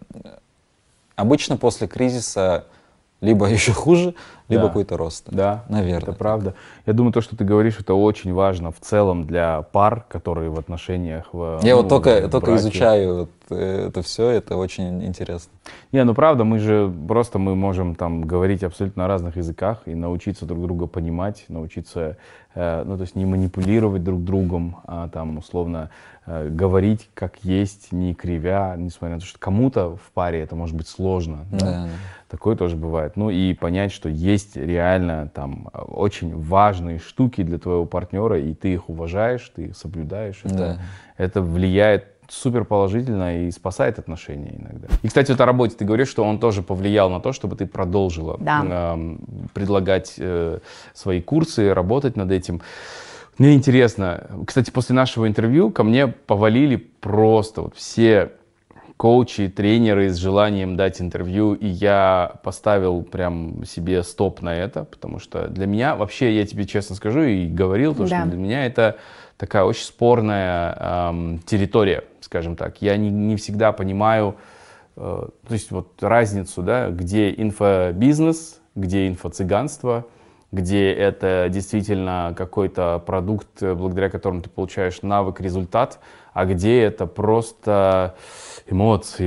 обычно после кризиса либо еще хуже, либо Да. какой-то рост. Да, Наверное. это правда. Я думаю, то, что ты говоришь, это очень важно в целом для пар, которые в отношениях. Я вот в только браке. изучаю вот, это все, это очень интересно. Не, ну правда, мы можем там говорить абсолютно на разных языках и научиться друг друга понимать, научиться, ну то есть не манипулировать друг другом, а там условно говорить как есть, не кривя, несмотря на то, что кому-то в паре это может быть сложно. Да? Да. Такое тоже бывает. Ну и понять, что есть реально там очень важные штуки для твоего партнера, и ты их уважаешь, ты их соблюдаешь. Да. Это влияет супер положительно и спасает отношения иногда. И, кстати, вот о работе ты говоришь, что он тоже повлиял на то, чтобы ты продолжила Да. предлагать свои курсы, работать над этим. Мне интересно, кстати, после нашего интервью ко мне повалили просто вот все коучи, тренеры с желанием дать интервью, и я поставил прям себе стоп на это, потому что для меня, вообще, я тебе честно скажу и говорил, то, что Да. для меня это такая очень спорная территория, скажем так. Я не всегда понимаю, то есть вот разницу, да, где инфобизнес, где инфо-цыганство, где это действительно какой-то продукт, благодаря которому ты получаешь навык, результат, а где это просто эмоции.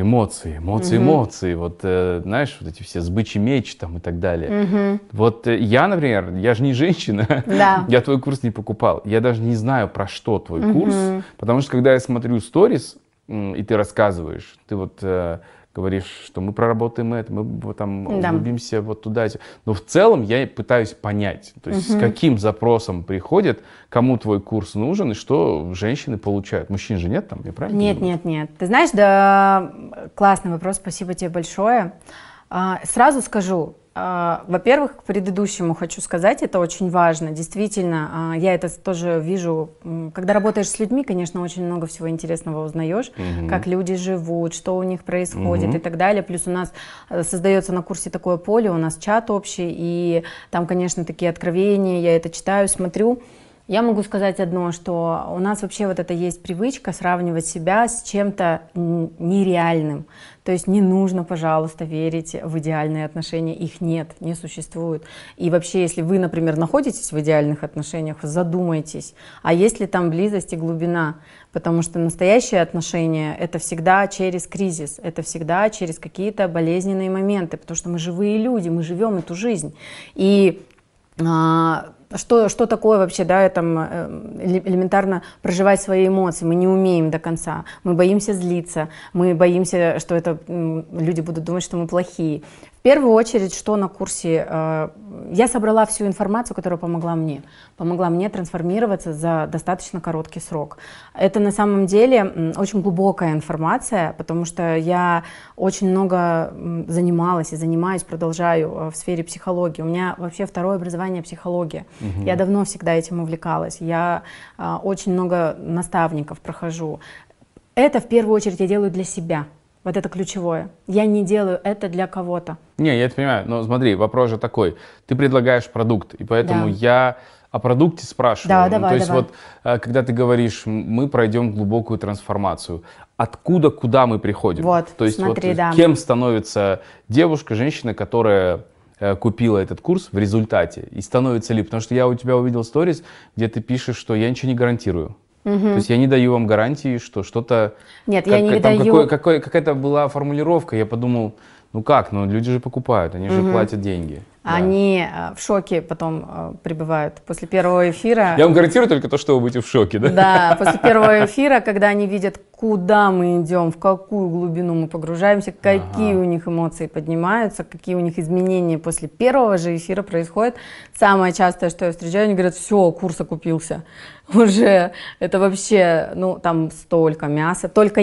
Вот, знаешь, вот эти все сбычий меч там и так далее. Вот я, например, я же не женщина, Да. я твой курс не покупал, я даже не знаю, про что твой курс, потому что когда я смотрю сторис, и ты рассказываешь, ты вот говоришь, что мы проработаем это, мы вот там Да. углубимся вот туда. Но в целом я пытаюсь понять, то есть с каким запросом приходят, кому твой курс нужен и что женщины получают. Мужчин же нет там, я правильно Нет, понимаю? нет, нет. Ты знаешь, да, классный вопрос, спасибо тебе большое. Сразу скажу, во-первых, к предыдущему хочу сказать, это очень важно. Действительно, я это тоже вижу, когда работаешь с людьми, конечно, очень много всего интересного узнаешь, как люди живут, что у них происходит и так далее. Плюс у нас создается на курсе такое поле, у нас чат общий, и там, конечно, такие откровения, я это читаю, смотрю. Я могу сказать одно, что у нас вообще вот это есть привычка сравнивать себя с чем-то нереальным. То есть не нужно, пожалуйста, верить в идеальные отношения. Их нет, не существует. И вообще, если вы, например, находитесь в идеальных отношениях, задумайтесь, а есть ли там близость и глубина? Потому что настоящие отношения — это всегда через кризис, это всегда через какие-то болезненные моменты, потому что мы живые люди, мы живем эту жизнь. И что такое вообще, да, там, элементарно проживать свои эмоции, мы не умеем до конца, мы боимся злиться, мы боимся, что это люди будут думать, что мы плохие. В первую очередь, что на курсе, я собрала всю информацию, которая помогла мне трансформироваться за достаточно короткий срок. Это на самом деле очень глубокая информация, потому что я очень много занималась и занимаюсь, продолжаю в сфере психологии. У меня вообще второе образование — психология. Я давно всегда этим увлекалась, я очень много наставников прохожу. Это в первую очередь я делаю для себя. Вот это ключевое. Я не делаю это для кого-то. Не, я это понимаю, но смотри, вопрос же такой. Ты предлагаешь продукт, и поэтому я о продукте спрашиваю. Да, ну, давай, то есть давай. вот, когда ты говоришь, мы пройдем глубокую трансформацию, откуда, куда мы приходим? Вот, то есть смотри, вот, да. кем становится девушка, женщина, которая купила этот курс в результате, и становится ли? Потому что я у тебя увидел сторис, где ты пишешь, что я ничего не гарантирую. То есть я не даю вам гарантии, что что-то... Нет, я не даю... Какая-то была формулировка, я подумал, ну как, ну люди же покупают, они же платят деньги. Они в шоке потом пребывают после первого эфира. Я вам гарантирую только то, что вы будете в шоке, да? Да, после первого эфира, когда они видят, куда мы идем, в какую глубину мы погружаемся, какие у них эмоции поднимаются, какие у них изменения после первого же эфира происходят. Самое частое, что я встречаю, они говорят, все, курс окупился. Уже это вообще, ну там столько мяса. Только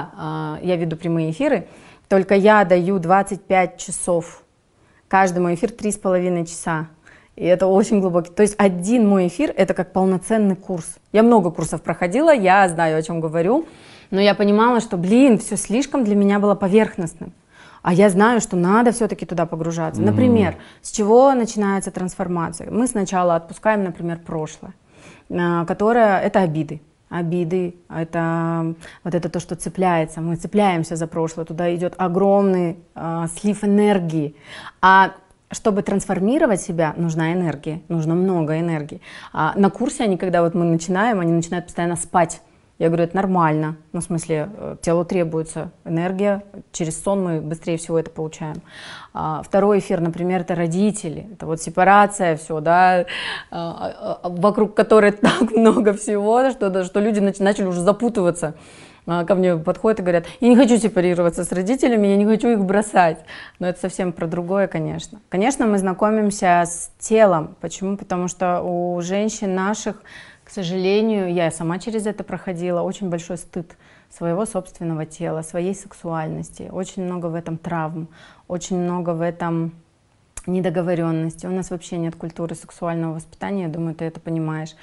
я веду прямые эфиры, только я даю 25 часов. Каждый эфир 3,5 часа. И это очень глубокий. То есть один мой эфир — это как полноценный курс. Я много курсов проходила, я знаю, о чем говорю, но я понимала, что, все слишком для меня было поверхностным. А я знаю, что надо все-таки туда погружаться. Например, с чего начинается трансформация? Мы сначала отпускаем, например, прошлое, которое — это обиды. Обиды, это вот это то, что цепляется. Мы цепляемся за прошлое, туда идет огромный слив энергии. А чтобы трансформировать себя, нужна энергия, нужно много энергии. На курсе они, когда вот мы начинаем, они начинают постоянно спать. Я говорю, это нормально, ну, в смысле, телу требуется энергия, через сон мы быстрее всего это получаем. Второй эфир, например, это родители, это вот сепарация, все, да, вокруг которой так много всего, что люди начали уже запутываться. Ко мне подходят и говорят, я не хочу сепарироваться с родителями, я не хочу их бросать. Но это совсем про другое, конечно. Конечно, мы знакомимся с телом. Почему? Потому что у женщин наших, к сожалению, я сама через это проходила, очень большой стыд своего собственного тела, своей сексуальности. Очень много в этом травм, очень много в этом недоговоренности. У нас вообще нет культуры сексуального воспитания, я думаю, ты это понимаешь.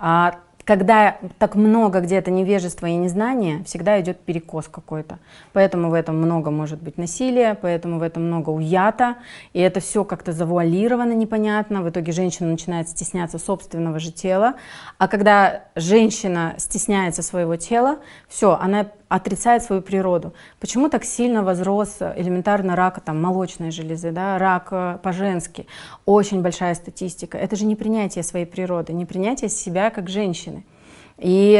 Когда так много где-то невежества и незнания, всегда идет перекос какой-то. Поэтому в этом много может быть насилия, поэтому в этом много уято, и это все как-то завуалировано непонятно. В итоге женщина начинает стесняться собственного же тела. А когда женщина стесняется своего тела, все, она отрицает свою природу. Почему так сильно возрос элементарно рак молочной железы, да, рак по-женски? Очень большая статистика. Это же не принятие своей природы, не принятие себя как женщины. И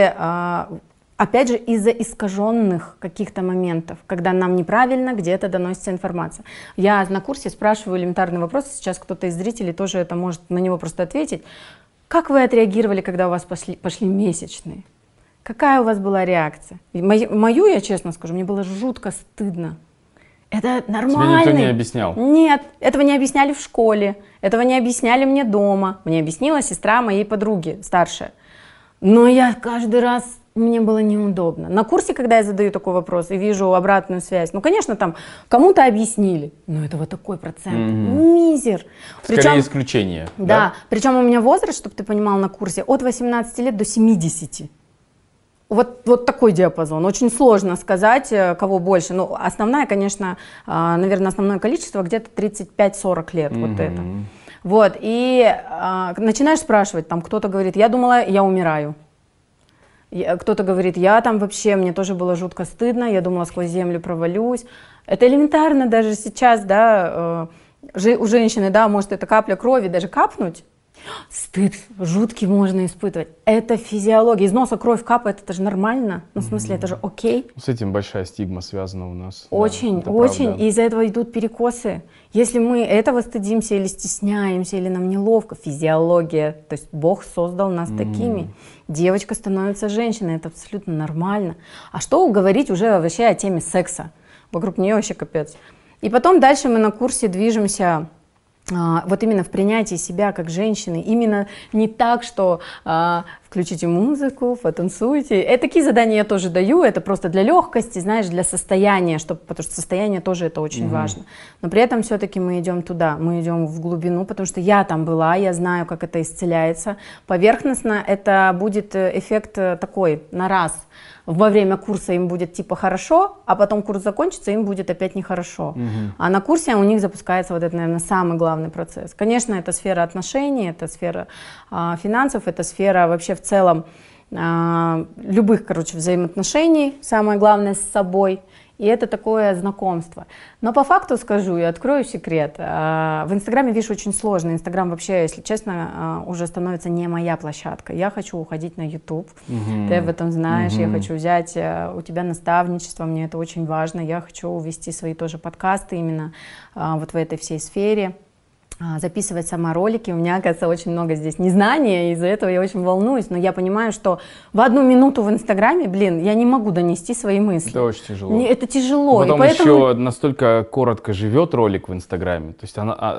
опять же из-за искаженных каких-то моментов, когда нам неправильно где-то доносится информация. Я на курсе спрашиваю элементарный вопрос, сейчас кто-то из зрителей тоже это может на него просто ответить. Как вы отреагировали, когда у вас пошли месячные? Какая у вас была реакция? Мою, я честно скажу, мне было жутко стыдно. Это нормально. Тебе никто не объяснял? Нет, этого не объясняли в школе, этого не объясняли мне дома. Мне объяснила сестра моей подруги, старшая. Но я каждый раз, мне было неудобно. На курсе, когда я задаю такой вопрос и вижу обратную связь, ну, конечно, там кому-то объяснили, но это вот такой процент, мизер. Скорее исключение. Да, причем у меня возраст, чтобы ты понимал, на курсе от 18 лет до 70. Вот такой диапазон. Очень сложно сказать, кого больше. Ну, основная, конечно, наверное, основное количество где-то 35-40 лет. Вот это. Вот, и начинаешь спрашивать, там кто-то говорит, я думала, я умираю. Кто-то говорит, я там вообще, мне тоже было жутко стыдно, я думала, сквозь землю провалюсь. Это элементарно даже сейчас, да, у женщины, да, может эта капля крови даже капнуть. Стыд жуткий можно испытывать. Это физиология. Из носа кровь капает, это же нормально. Ну, в смысле, это же окей. С этим большая стигма связана у нас. Очень, да, очень. правда. И из-за этого идут перекосы. Если мы этого стыдимся или стесняемся, или нам неловко, физиология, то есть Бог создал нас такими. Девочка становится женщиной, это абсолютно нормально. А что говорить уже вообще о теме секса? Вокруг нее вообще капец. И потом дальше мы на курсе движемся вот именно в принятии себя как женщины, именно не так, что включите музыку, потанцуйте. Такие задания я тоже даю, это просто для легкости, знаешь, для состояния, потому что состояние тоже это очень важно. Но при этом все-таки мы идем туда, мы идем в глубину, потому что я там была, я знаю, как это исцеляется. Поверхностно это будет эффект такой, на раз. Во время курса им будет типа хорошо, а потом курс закончится, им будет опять нехорошо. А на курсе у них запускается вот это, наверное, самый главный процесс. Конечно, это сфера отношений, это сфера финансов, это сфера вообще в целом любых, короче, взаимоотношений, самое главное с собой. И это такое знакомство. Но по факту скажу и открою секрет. В Инстаграме, видишь, очень сложно. Инстаграм вообще, если честно, уже становится не моя площадка. Я хочу уходить на YouTube. Ты об этом знаешь. Я хочу взять у тебя наставничество. Мне это очень важно. Я хочу вести свои тоже подкасты именно вот в этой всей сфере. Записывать сама ролики. У меня, оказывается, очень много здесь незнания, и из-за этого я очень волнуюсь, но я понимаю, что в 1 минуту в Инстаграме, я не могу донести свои мысли. Это очень тяжело. Это тяжело. Потом и поэтому... еще настолько коротко живет ролик в Инстаграме, то есть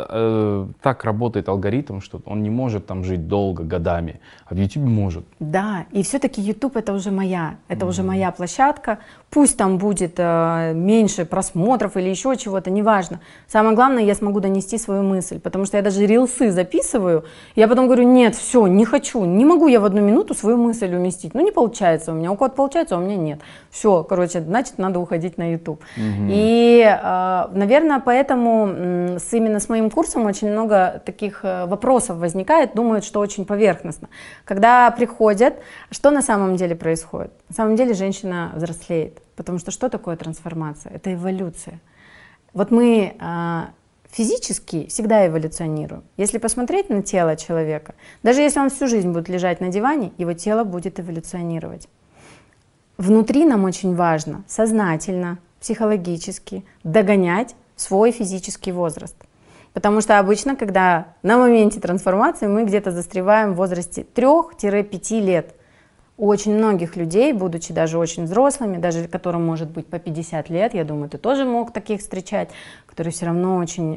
так работает алгоритм, что он не может там жить долго, годами, а в Ютубе может. Да, и все-таки YouTube это уже моя площадка. Пусть там будет меньше просмотров или еще чего-то, неважно. Самое главное, я смогу донести свою мысль, потому что я даже рилсы записываю, я потом говорю, нет, все, не хочу, не могу я в 1 минуту свою мысль уместить. Ну, не получается у меня, у кого-то получается, а у меня нет. Все, короче, значит, надо уходить на YouTube. И, наверное, поэтому именно с моим курсом очень много таких вопросов возникает, думают, что очень поверхностно. Когда приходят, что на самом деле происходит? На самом деле женщина взрослеет, потому что такое трансформация? Это эволюция. Вот мы физически всегда эволюционируем. Если посмотреть на тело человека, даже если он всю жизнь будет лежать на диване, его тело будет эволюционировать. Внутри нам очень важно сознательно, психологически догонять свой физический возраст. Потому что обычно, когда на моменте трансформации мы где-то застреваем в возрасте 3-5 лет. У очень многих людей, будучи даже очень взрослыми, даже которым может быть по 50 лет, я думаю, ты тоже мог таких встречать, которые все равно очень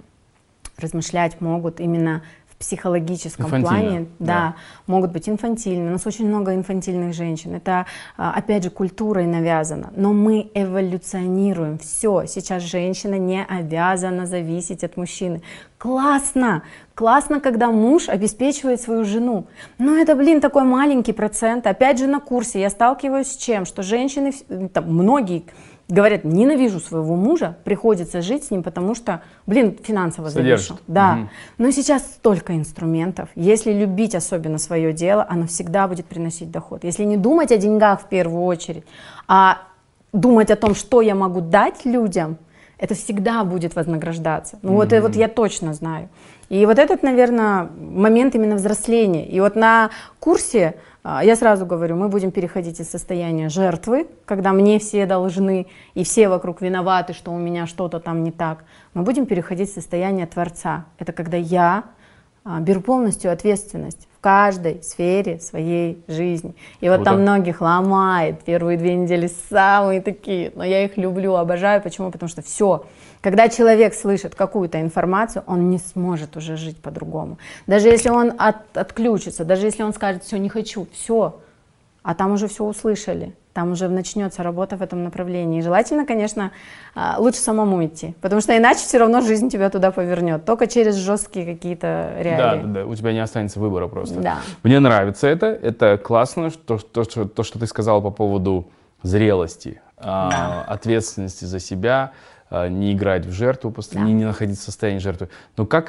размышлять могут именно в психологическом плане, да, могут быть инфантильны. У нас очень много инфантильных женщин. Это, опять же, культурой навязано. Но мы эволюционируем. Все, сейчас женщина не обязана зависеть от мужчины. Классно! Классно, когда муж обеспечивает свою жену. Но это, такой маленький процент. Опять же, на курсе я сталкиваюсь с чем? Что женщины, там, многие говорят, ненавижу своего мужа, приходится жить с ним, потому что, финансово завишу. Да. Но сейчас столько инструментов. Если любить особенно свое дело, оно всегда будет приносить доход. Если не думать о деньгах в первую очередь, а думать о том, что я могу дать людям, это всегда будет вознаграждаться. Ну вот я точно знаю. И вот этот, наверное, момент именно взросления. И вот на курсе, я сразу говорю, мы будем переходить из состояния жертвы, когда мне все должны и все вокруг виноваты, что у меня что-то там не так. Мы будем переходить в состояние творца. Это когда я беру полностью ответственность в каждой сфере своей жизни. И вот там многих ломает. Первые 2 недели самые такие, но я их люблю, обожаю. Почему? Потому что все. Когда человек слышит какую-то информацию, он не сможет уже жить по-другому. Даже если он отключится, даже если он скажет, все, не хочу, все. А там уже все услышали. Там уже начнется работа в этом направлении. И желательно, конечно, лучше самому идти, потому что иначе все равно жизнь тебя туда повернет, только через жесткие какие-то реалии. Да, у тебя не останется выбора просто. Да. Мне нравится это классно, то, что ты сказала по поводу зрелости, ответственности за себя, не играть в жертву, не находиться в состоянии жертвы. Но как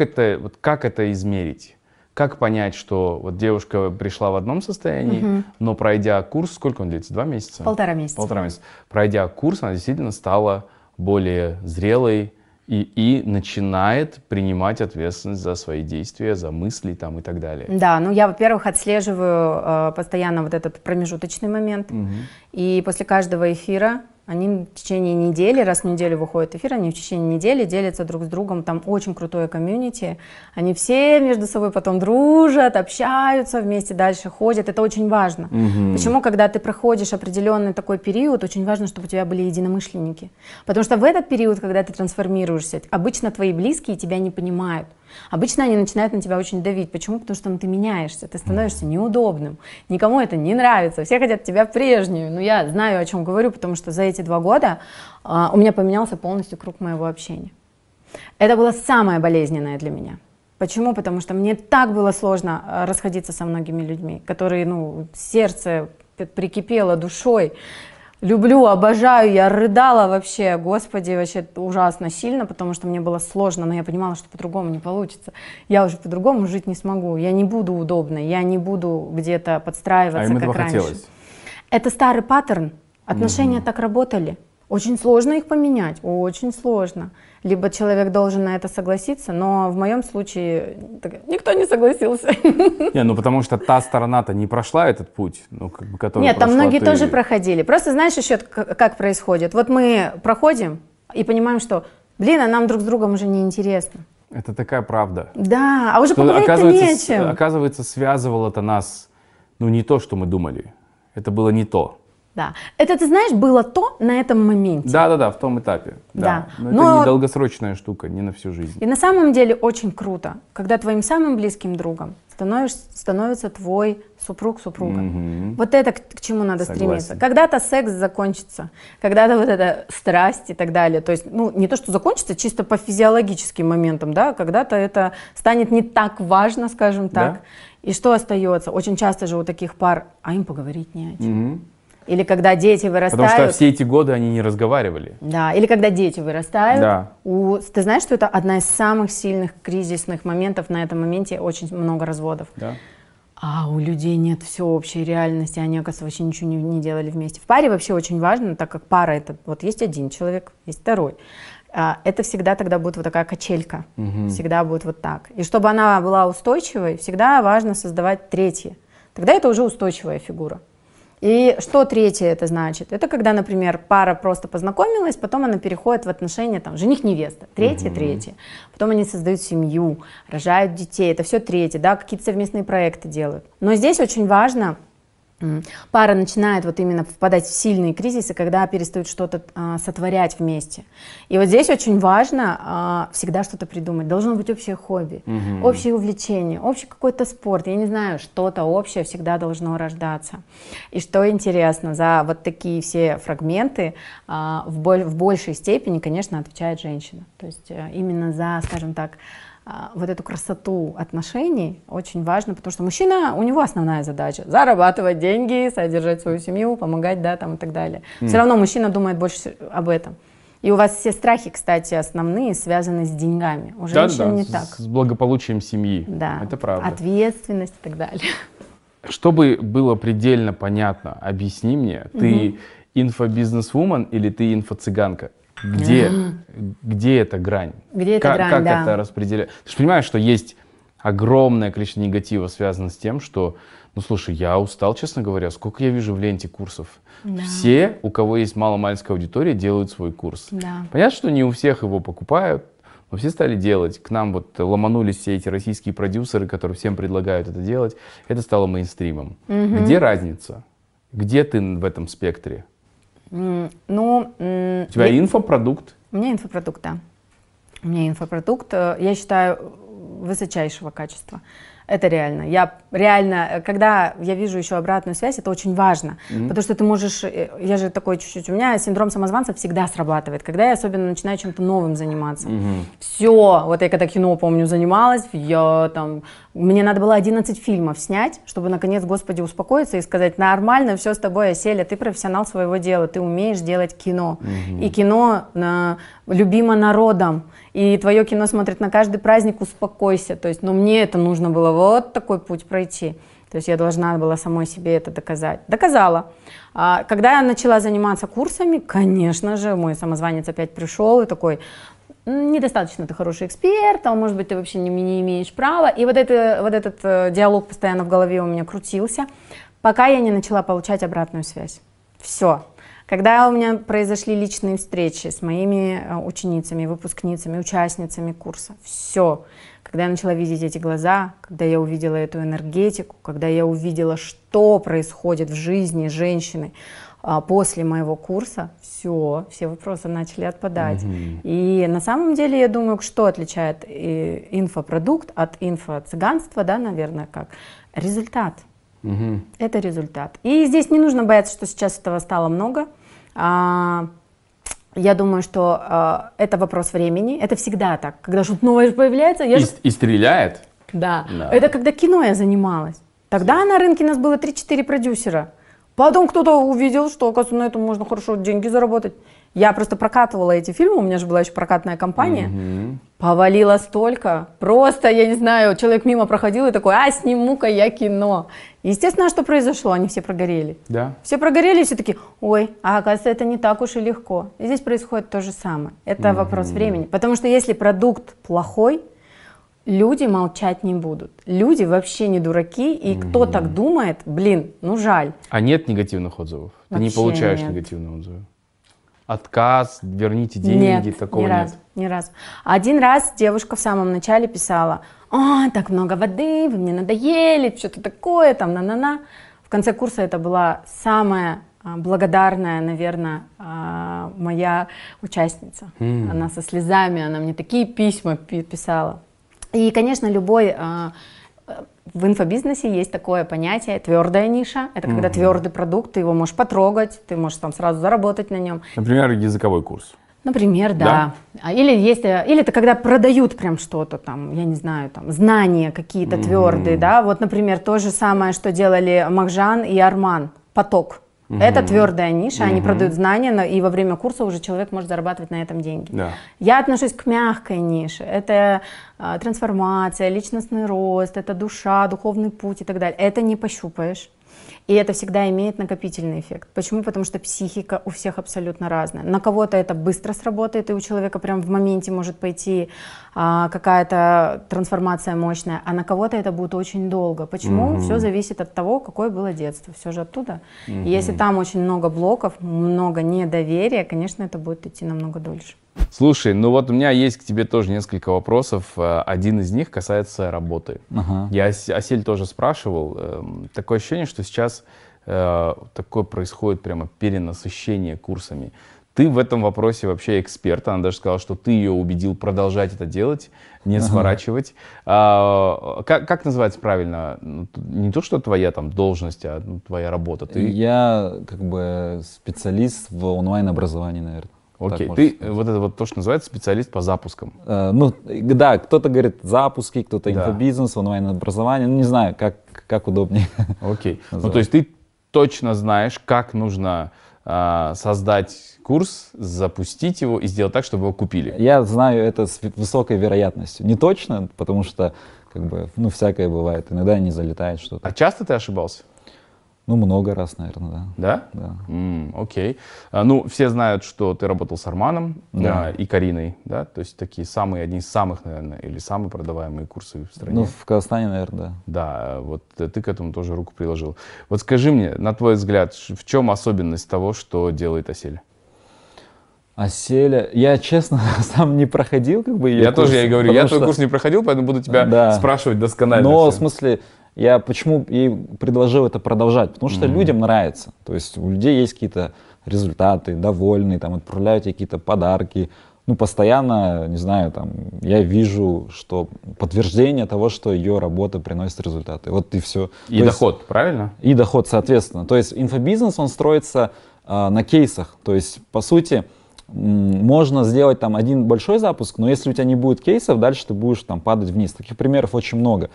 это измерить? Как понять, что вот девушка пришла в одном состоянии, но пройдя курс, сколько он длится? 2 месяца? 1,5 месяца. 1,5 месяца. Пройдя курс, она действительно стала более зрелой и начинает принимать ответственность за свои действия, за мысли там, и так далее. Да, ну я, во-первых, отслеживаю постоянно вот этот промежуточный момент. И после каждого эфира они в течение недели, раз в неделю выходит эфир, они в течение недели делятся друг с другом, там очень крутое комьюнити, они все между собой потом дружат, общаются, вместе дальше ходят, это очень важно. Почему, когда ты проходишь определенный такой период, очень важно, чтобы у тебя были единомышленники, потому что в этот период, когда ты трансформируешься, обычно твои близкие тебя не понимают. Обычно они начинают на тебя очень давить. Почему? Потому что ты меняешься, ты становишься неудобным. Никому это не нравится, все хотят тебя прежнюю. Но я знаю, о чем говорю, потому что за эти 2 года у меня поменялся полностью круг моего общения. Это было самое болезненное для меня. Почему? Потому что мне так было сложно расходиться со многими людьми, которые, сердце прикипело душой. Люблю, обожаю, я рыдала вообще, Господи, вообще ужасно сильно, потому что мне было сложно, но я понимала, что по-другому не получится. Я уже по-другому жить не смогу, я не буду удобной, я не буду где-то подстраиваться, им как этого раньше. Хотелось. Это старый паттерн, отношения так работали. Очень сложно их поменять, очень сложно. Либо человек должен на это согласиться, но в моем случае никто не согласился. Не, потому что та сторона-то не прошла этот путь, который Нет, там многие ты... тоже проходили. Просто знаешь еще, как происходит? Вот мы проходим и понимаем, что, а нам друг с другом уже не интересно. Это такая правда. Да, а уже поговорить-то нечем. Оказывается, связывало-то нас, не то, что мы думали. Это было не то. Да, это, ты знаешь, было то на этом моменте. Да, в том этапе. Да. Но это не долгосрочная штука, не на всю жизнь. И на самом деле очень круто, когда твоим самым близким другом становится твой супруг, супруга. Вот это к чему надо стремиться. Когда-то секс закончится, когда-то вот эта страсть и так далее. То есть, не то, что закончится, чисто по физиологическим моментам, да, когда-то это станет не так важно, скажем так. Да? И что остается? Очень часто же у таких пар, им поговорить не о чем. Или когда дети вырастают. Потому что все эти годы они не разговаривали. Да, или когда дети вырастают. Да. Ты знаешь, что это одна из самых сильных кризисных моментов, на этом моменте очень много разводов. Да. А у людей нет всеобщей реальности, они, оказывается, вообще ничего не делали вместе. В паре вообще очень важно, так как пара это, вот есть один человек, есть второй. Это всегда тогда будет вот такая качелька, всегда будет вот так. И чтобы она была устойчивой, всегда важно создавать третье. Тогда это уже устойчивая фигура. И что третье это значит? Это когда, например, пара просто познакомилась, потом она переходит в отношения, жених-невеста, третье. Потом они создают семью, рожают детей, это все третье, да, какие-то совместные проекты делают. Но здесь очень важно, пара начинает вот именно впадать в сильные кризисы, когда перестают что-то сотворять вместе. И вот здесь очень важно всегда что-то придумать. Должно быть общее хобби, общее увлечение, общий какой-то спорт. Я не знаю, что-то общее всегда должно рождаться. И что интересно, за вот такие все фрагменты в большей степени, конечно, отвечает женщина. То есть именно за, скажем так, вот эту красоту отношений очень важно, потому что мужчина, у него основная задача — зарабатывать деньги, содержать свою семью, помогать, да, там и так далее. Все равно мужчина думает больше об этом. И у вас все страхи, кстати, основные, связаны с деньгами. У женщин не так. С благополучием семьи. Да, это правда. Ответственность и так далее. Чтобы было предельно понятно, объясни мне, ты инфобизнесвумен или ты инфо-цыганка? Где эта грань? Где эта грань, как да. это распределяется? Ты же понимаешь, что есть огромное количество негатива, связано с тем, что, слушай, я устал, честно говоря, сколько я вижу в ленте курсов. Да. Все, у кого есть маломальская аудитория, делают свой курс. Да. Понятно, что не у всех его покупают, но все стали делать. К нам вот ломанулись все эти российские продюсеры, которые всем предлагают это делать. Это стало мейнстримом. Где разница? Где ты в этом спектре? У тебя инфопродукт? У меня инфопродукт, да. У меня инфопродукт, я считаю, высочайшего качества. Это реально. Я реально, когда я вижу еще обратную связь, это очень важно. Потому что ты можешь, я же такой чуть-чуть, у меня синдром самозванца всегда срабатывает, когда я особенно начинаю чем-то новым заниматься. Все, вот я когда кино, помню, занималась, мне надо было 11 фильмов снять, чтобы наконец, Господи, успокоиться и сказать, нормально, все с тобой, Оселя, ты профессионал своего дела, ты умеешь делать кино. И кино любимо народом. И твое кино смотрит на каждый праздник, успокойся. То есть, мне это нужно было вот такой путь пройти. То есть я должна была самой себе это доказать. Доказала. Когда я начала заниматься курсами, конечно же, мой самозванец опять пришел и такой, недостаточно ты хороший эксперт, а может быть ты вообще не имеешь права. И вот этот диалог постоянно в голове у меня крутился, пока я не начала получать обратную связь. Все. Когда у меня произошли личные встречи с моими ученицами, выпускницами, участницами курса, все. Когда я начала видеть эти глаза, когда я увидела эту энергетику, когда я увидела, что происходит в жизни женщины после моего курса, все вопросы начали отпадать. И на самом деле, я думаю, что отличает инфопродукт от инфо-цыганства, да, наверное, как результат. Это результат. И здесь не нужно бояться, что сейчас этого стало много. Я думаю, что это вопрос времени. Это всегда так. Когда что-то новое появляется... И стреляет? Да. Это когда кино я занималась. Тогда на рынке нас было 3-4 продюсера. Потом кто-то увидел, что, оказывается, на этом можно хорошо деньги заработать. Я просто прокатывала эти фильмы, у меня же была еще прокатная компания. Повалило столько. Просто, я не знаю, человек мимо проходил и такой, сниму-ка я кино. Естественно, что произошло? Они все прогорели. Да. Все прогорели, и все такие, ой, оказывается, это не так уж и легко. И здесь происходит то же самое. Это вопрос времени. Потому что если продукт плохой, люди молчать не будут. Люди вообще не дураки, и кто так думает, жаль. А нет негативных отзывов? Ты не Вообще получаешь нет. негативные отзывы? Отказ, верните деньги, такого нет? Ни разу. Один раз девушка в самом начале писала, так много воды, вы мне надоели, что-то такое, на-на-на. В конце курса это была самая благодарная, наверное, моя участница. Она со слезами, она мне такие письма писала. И, конечно, в инфобизнесе есть такое понятие твердая ниша. Это когда твердый продукт, ты его можешь потрогать, ты можешь там сразу заработать на нем. Например, языковой курс. Например, да. Или это когда продают прям что-то там, я не знаю, там знания какие-то твердые, да. Вот, например, то же самое, что делали Махжан и Арман, поток. Это твердая ниша, они продают знания, и во время курса уже человек может зарабатывать на этом деньги. Да. Я отношусь к мягкой нише. Это трансформация, личностный рост, это душа, духовный путь и так далее. Это не пощупаешь. И это всегда имеет накопительный эффект. Почему? Потому что психика у всех абсолютно разная. На кого-то это быстро сработает, и у человека прям в моменте может пойти какая-то трансформация мощная, а на кого-то это будет очень долго. Почему? Все зависит от того, какое было детство. Все же оттуда. И если там очень много блоков, много недоверия, конечно, это будет идти намного дольше. Слушай, вот у меня есть к тебе тоже несколько вопросов. Один из них касается работы. Я Осель тоже спрашивал. Такое ощущение, что сейчас такое происходит прямо перенасыщение курсами. Ты в этом вопросе вообще эксперт. Она даже сказала, что ты ее убедил продолжать это делать, не сворачивать. Как называется правильно? Не то, что твоя там должность, а твоя работа. Я как бы специалист в онлайн-образовании, наверное. Окей, ты вот это вот то, что называется специалист по запускам. Да, кто-то говорит запуски, кто-то инфобизнес, онлайн-образование, не знаю, как удобнее. Окей, то есть ты точно знаешь, как нужно создать курс, запустить его и сделать так, чтобы его купили. Я знаю это с высокой вероятностью. Не точно, потому что всякое бывает, иногда не залетает что-то. А часто ты ошибался? Много раз, наверное, да. Да? Да. Окей. Все знают, что ты работал с Арманом и Кариной, да? То есть такие одни из самых, наверное, или самые продаваемые курсы в стране. В Казахстане, наверное, да. Да, вот ты к этому тоже руку приложил. Вот скажи мне, на твой взгляд, в чем особенность того, что делает Оселя? Оселя, я честно сам не проходил ее курс. Я говорю, я твой курс не проходил, поэтому буду тебя спрашивать досконально. Но в смысле, я почему ей предложил это продолжать? Потому что людям нравится. То есть у людей есть какие-то результаты, довольные, там отправляют ей какие-то подарки. ну, постоянно, не знаю, там, я вижу, что подтверждение того, что ее работа приносит результаты. Вот и все. И доход, правильно? И доход, соответственно. То есть инфобизнес, он строится на кейсах. То есть, по сути, можно сделать там один большой запуск, но если у тебя не будет кейсов, дальше ты будешь там падать вниз. Таких примеров очень много.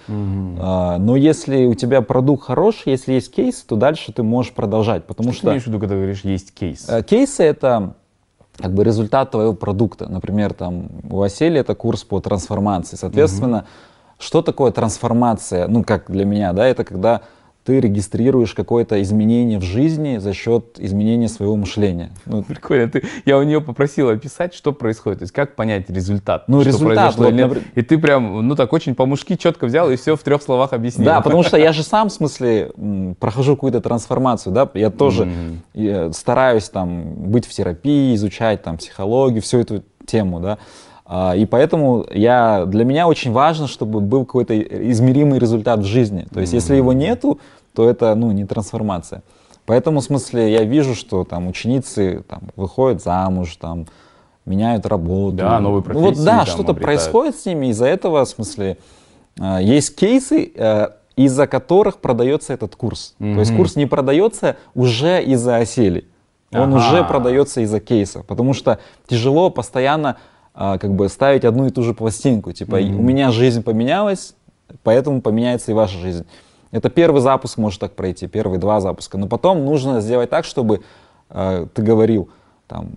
Но если у тебя продукт хороший, если есть кейс, то дальше ты можешь продолжать. Потому что ты имеешь в виду, когда говоришь, есть кейс? Кейсы — это как бы результат твоего продукта. Например, там у Василия это курс по трансформации. Соответственно, что такое трансформация? Ну, как для меня, да, это когда ты регистрируешь какое-то изменение в жизни за счет изменения своего мышления. Ну, прикольно. Я у нее попросил описать, что происходит, то есть как понять результат. Ну, что результат. Вот, и ты прям, ну так очень по-мужски четко взял и все в 3 словах объяснил. Да, потому что я же сам, в смысле, прохожу какую-то трансформацию, да, я тоже стараюсь там быть в терапии, изучать там психологию, всю эту тему, да. И поэтому для меня очень важно, чтобы был какой-то измеримый результат в жизни. То есть, если его нету, то это, ну, не трансформация. Поэтому, в смысле, я вижу, что там ученицы там выходят замуж, там меняют работу. Да, новые профессии. Ну, вот, да, что-то происходит с ними, из-за этого, в смысле, есть кейсы, из-за которых продается этот курс. То есть курс не продается уже из-за осели, он уже продается из-за кейса, потому что тяжело постоянно как бы ставить одну и ту же пластинку. Типа, у меня жизнь поменялась, поэтому поменяется и ваша жизнь. Это первый запуск может так пройти, первые 2 запуска. Но потом нужно сделать так, чтобы ты говорил, там,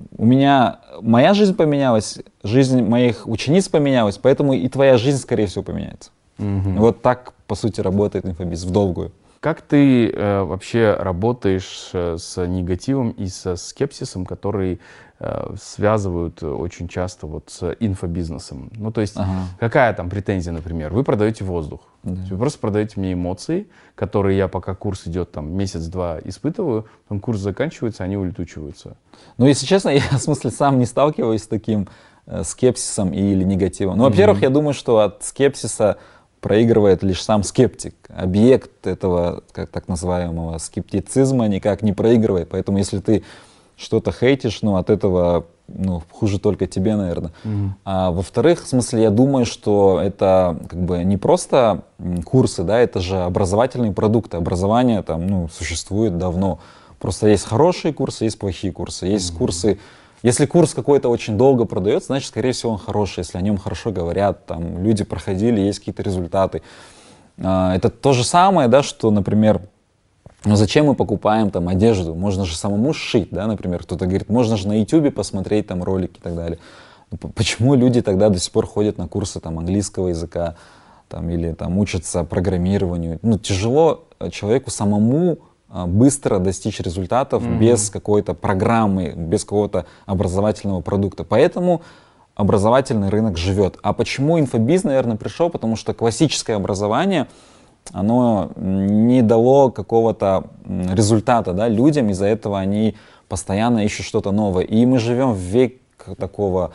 моя жизнь поменялась, жизнь моих учениц поменялась, поэтому и твоя жизнь, скорее всего, поменяется. Вот так, по сути, работает инфобиз в долгую. Как ты вообще работаешь с негативом и со скепсисом, который связывают очень часто вот с инфобизнесом? Ну, то есть, какая там претензия, например? Вы продаете воздух. Вы просто продаете мне эмоции, которые я, пока курс идет там месяц-два, испытываю, потом курс заканчивается, они улетучиваются. Ну, если честно, я, в смысле, сам не сталкиваюсь с таким скепсисом или негативом. Ну, во-первых, я думаю, что от скепсиса проигрывает лишь сам скептик. Объект этого, как так называемого, скептицизма никак не проигрывает. Поэтому если ты что-то хейтишь, ну, от этого, ну, хуже только тебе, наверное. А во-вторых, в смысле, я думаю, что это как бы не просто курсы, да, это же образовательные продукты. Образование там, ну, существует давно. Просто есть хорошие курсы, есть плохие курсы. Есть курсы. Если курс какой-то очень долго продается, значит, скорее всего, он хороший. Если о нем хорошо говорят, там люди проходили, есть какие-то результаты. Это то же самое, да, что, например, ну зачем мы покупаем там одежду? Можно же самому сшить, да, например. Кто-то говорит, можно же на YouTube посмотреть там ролики и так далее. Почему люди тогда до сих пор ходят на курсы там английского языка там, или там учатся программированию? Ну, тяжело человеку самому быстро достичь результатов без какой-то программы, без какого-то образовательного продукта. Поэтому образовательный рынок живет. А почему инфобиз, наверное, пришел? Потому что классическое образование, оно не дало какого-то результата, да, людям, из-за этого они постоянно ищут что-то новое. И мы живем в век такого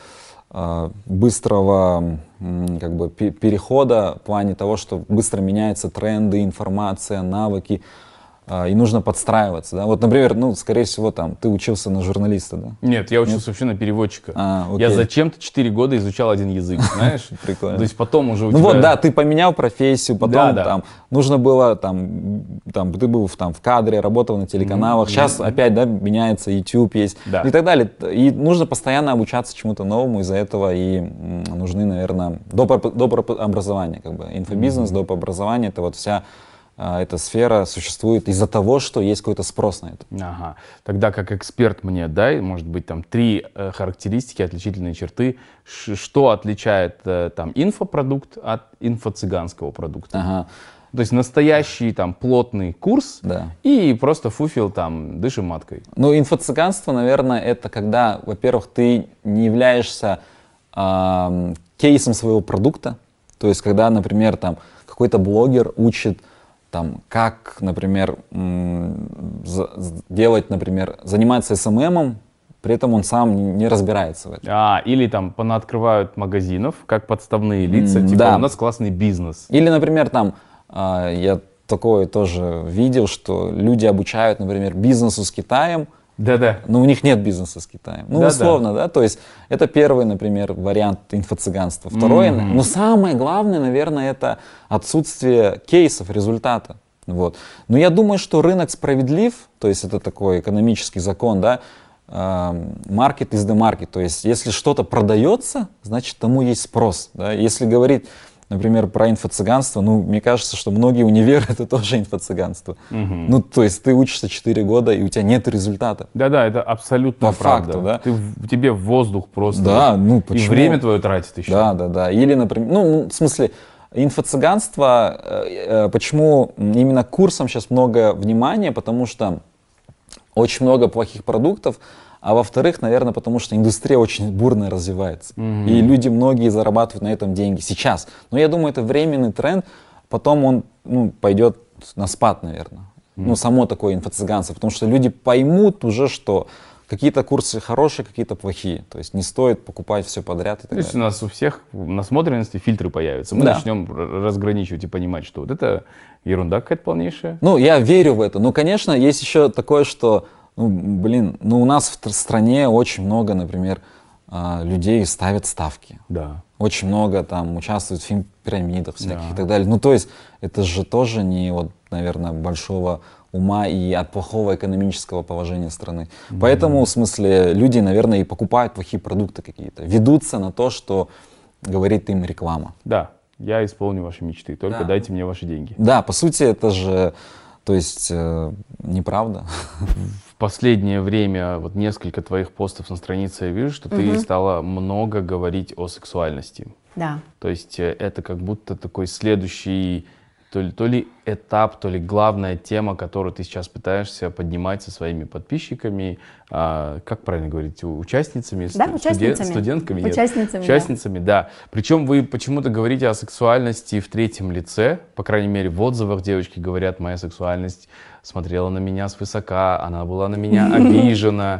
быстрого как бы перехода в плане того, что быстро меняются тренды, информация, навыки. И нужно подстраиваться, да. Вот, например, ну, скорее всего, там, ты учился на журналиста, да? Нет, я учился вообще на переводчика. Я зачем-то 4 года изучал один язык, знаешь? Прикольно. То есть потом уже у тебя... Ну вот, да, ты поменял профессию, потом там нужно было, там, ты был там в кадре, работал на телеканалах, сейчас опять, да, меняется YouTube есть и так далее. И нужно постоянно обучаться чему-то новому, из-за этого и нужны, наверное, доп. Образование, как бы. Инфобизнес, доп. Образование, это вот вся эта сфера существует из-за того, что есть какой-то спрос на это. Ага. Тогда как эксперт мне дай, может быть, там 3 характеристики, отличительные черты, что отличает там инфопродукт от инфо-цыганского продукта. Ага. То есть настоящий там плотный курс и просто фуфел там дышим маткой. Ну, инфо-цыганство, наверное, это когда, во-первых, ты не являешься кейсом своего продукта. То есть, когда, например, там какой-то блогер учит там, как, например, делать, например, заниматься СММом, при этом он сам не разбирается в этом. Или там понаоткрывают магазинов, как подставные лица, типа у нас классный бизнес. Или, например, там, я такое тоже видел, что люди обучают, например, бизнесу с Китаем, Да-да. Но у них нет бизнеса с Китаем. Ну, Да-да. условно, да, то есть это первый, например, вариант инфо-цыганства. Второе, но самое главное, наверное, это отсутствие кейсов, результата. Вот. Но я думаю, что рынок справедлив, то есть это такой экономический закон, да, market is the market, то есть если что-то продается, значит тому есть спрос. Да? Если говорить, например, про инфо-цыганство, ну, мне кажется, что многие универы — это тоже инфо-цыганство. Ну, то есть ты учишься 4 года, и у тебя нет результата. Да-да, это абсолютно По правда. факту, да. Тебе в воздух просто. Да, ну почему? И время твое тратит еще. Да. Или, например, ну, в смысле, инфо-цыганство, почему именно к курсам сейчас много внимания, потому что очень много плохих продуктов, а во-вторых, наверное, потому что индустрия очень бурно развивается. И люди многие зарабатывают на этом деньги сейчас. Но я думаю, это временный тренд, потом он пойдет на спад, наверное. Ну, само такое инфо-цыганство, потому что люди поймут уже, что какие-то курсы хорошие, какие-то плохие. То есть не стоит покупать все подряд и так То есть у далее. нас у всех в насмотренности фильтры появятся. Мы Да. начнем разграничивать и понимать, что вот это ерунда какая-то полнейшая. Ну, я верю в это. Но, конечно, есть еще такое, что, у нас в стране очень много, например, людей ставят ставки. Да. Очень много там участвуют в пирамидах всяких Да. и так далее. Ну, то есть это же тоже не, вот, наверное, большого ума и от плохого экономического положения страны. Поэтому, в смысле, люди, наверное, и покупают плохие продукты какие-то. Ведутся на то, что говорит им реклама. Да, я исполню ваши мечты, только Да. дайте мне ваши деньги. Да, по сути, это же, то есть, неправда. В последнее время вот несколько твоих постов на странице я вижу, что ты стала много говорить о сексуальности. Да. То есть это как будто такой следующий то ли этап, то ли главная тема, которую ты сейчас пытаешься поднимать со своими подписчиками, как правильно говорить, участницами, Да, участницами. студентками? Нет. Участницами, да. Участницами, да. Причем вы почему-то говорите о сексуальности в третьем лице, по крайней мере в отзывах девочки говорят, моя сексуальность смотрела на меня свысока, она была на меня обижена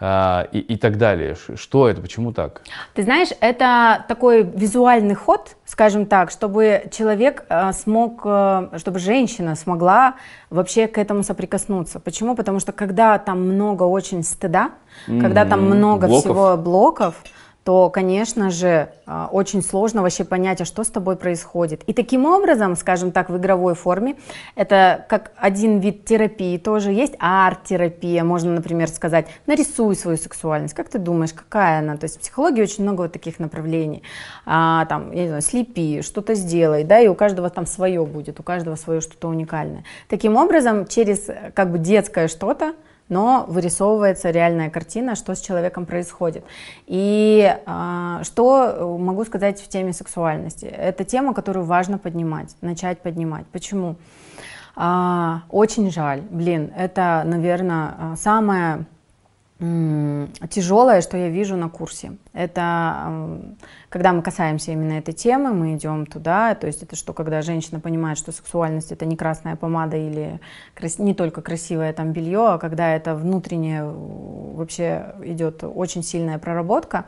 и так далее. Что это, почему так? Ты знаешь, это такой визуальный ход, скажем так, чтобы человек смог, чтобы женщина смогла вообще к этому соприкоснуться. Почему? Потому что когда там много очень стыда, когда там много всего блоков, то, конечно же, очень сложно вообще понять, а что с тобой происходит. И таким образом, скажем так, в игровой форме, это как один вид терапии тоже есть, арт-терапия, можно, например, сказать, нарисуй свою сексуальность, как ты думаешь, какая она? То есть в психологии очень много вот таких направлений, там, я не знаю, слепи, что-то сделай, да, и у каждого там свое будет, у каждого свое что-то уникальное. Таким образом, через как бы детское что-то, но вырисовывается реальная картина, что с человеком происходит. И что могу сказать в теме сексуальности? Это тема, которую важно поднимать, начать поднимать. Почему? Очень жаль, это, наверное, самое тяжелое, что я вижу на курсе. Это когда мы касаемся именно этой темы, мы идем туда, то есть это что, когда женщина понимает, что сексуальность — это не красная помада или не только красивое там белье, а когда это внутренняя вообще идет очень сильная проработка,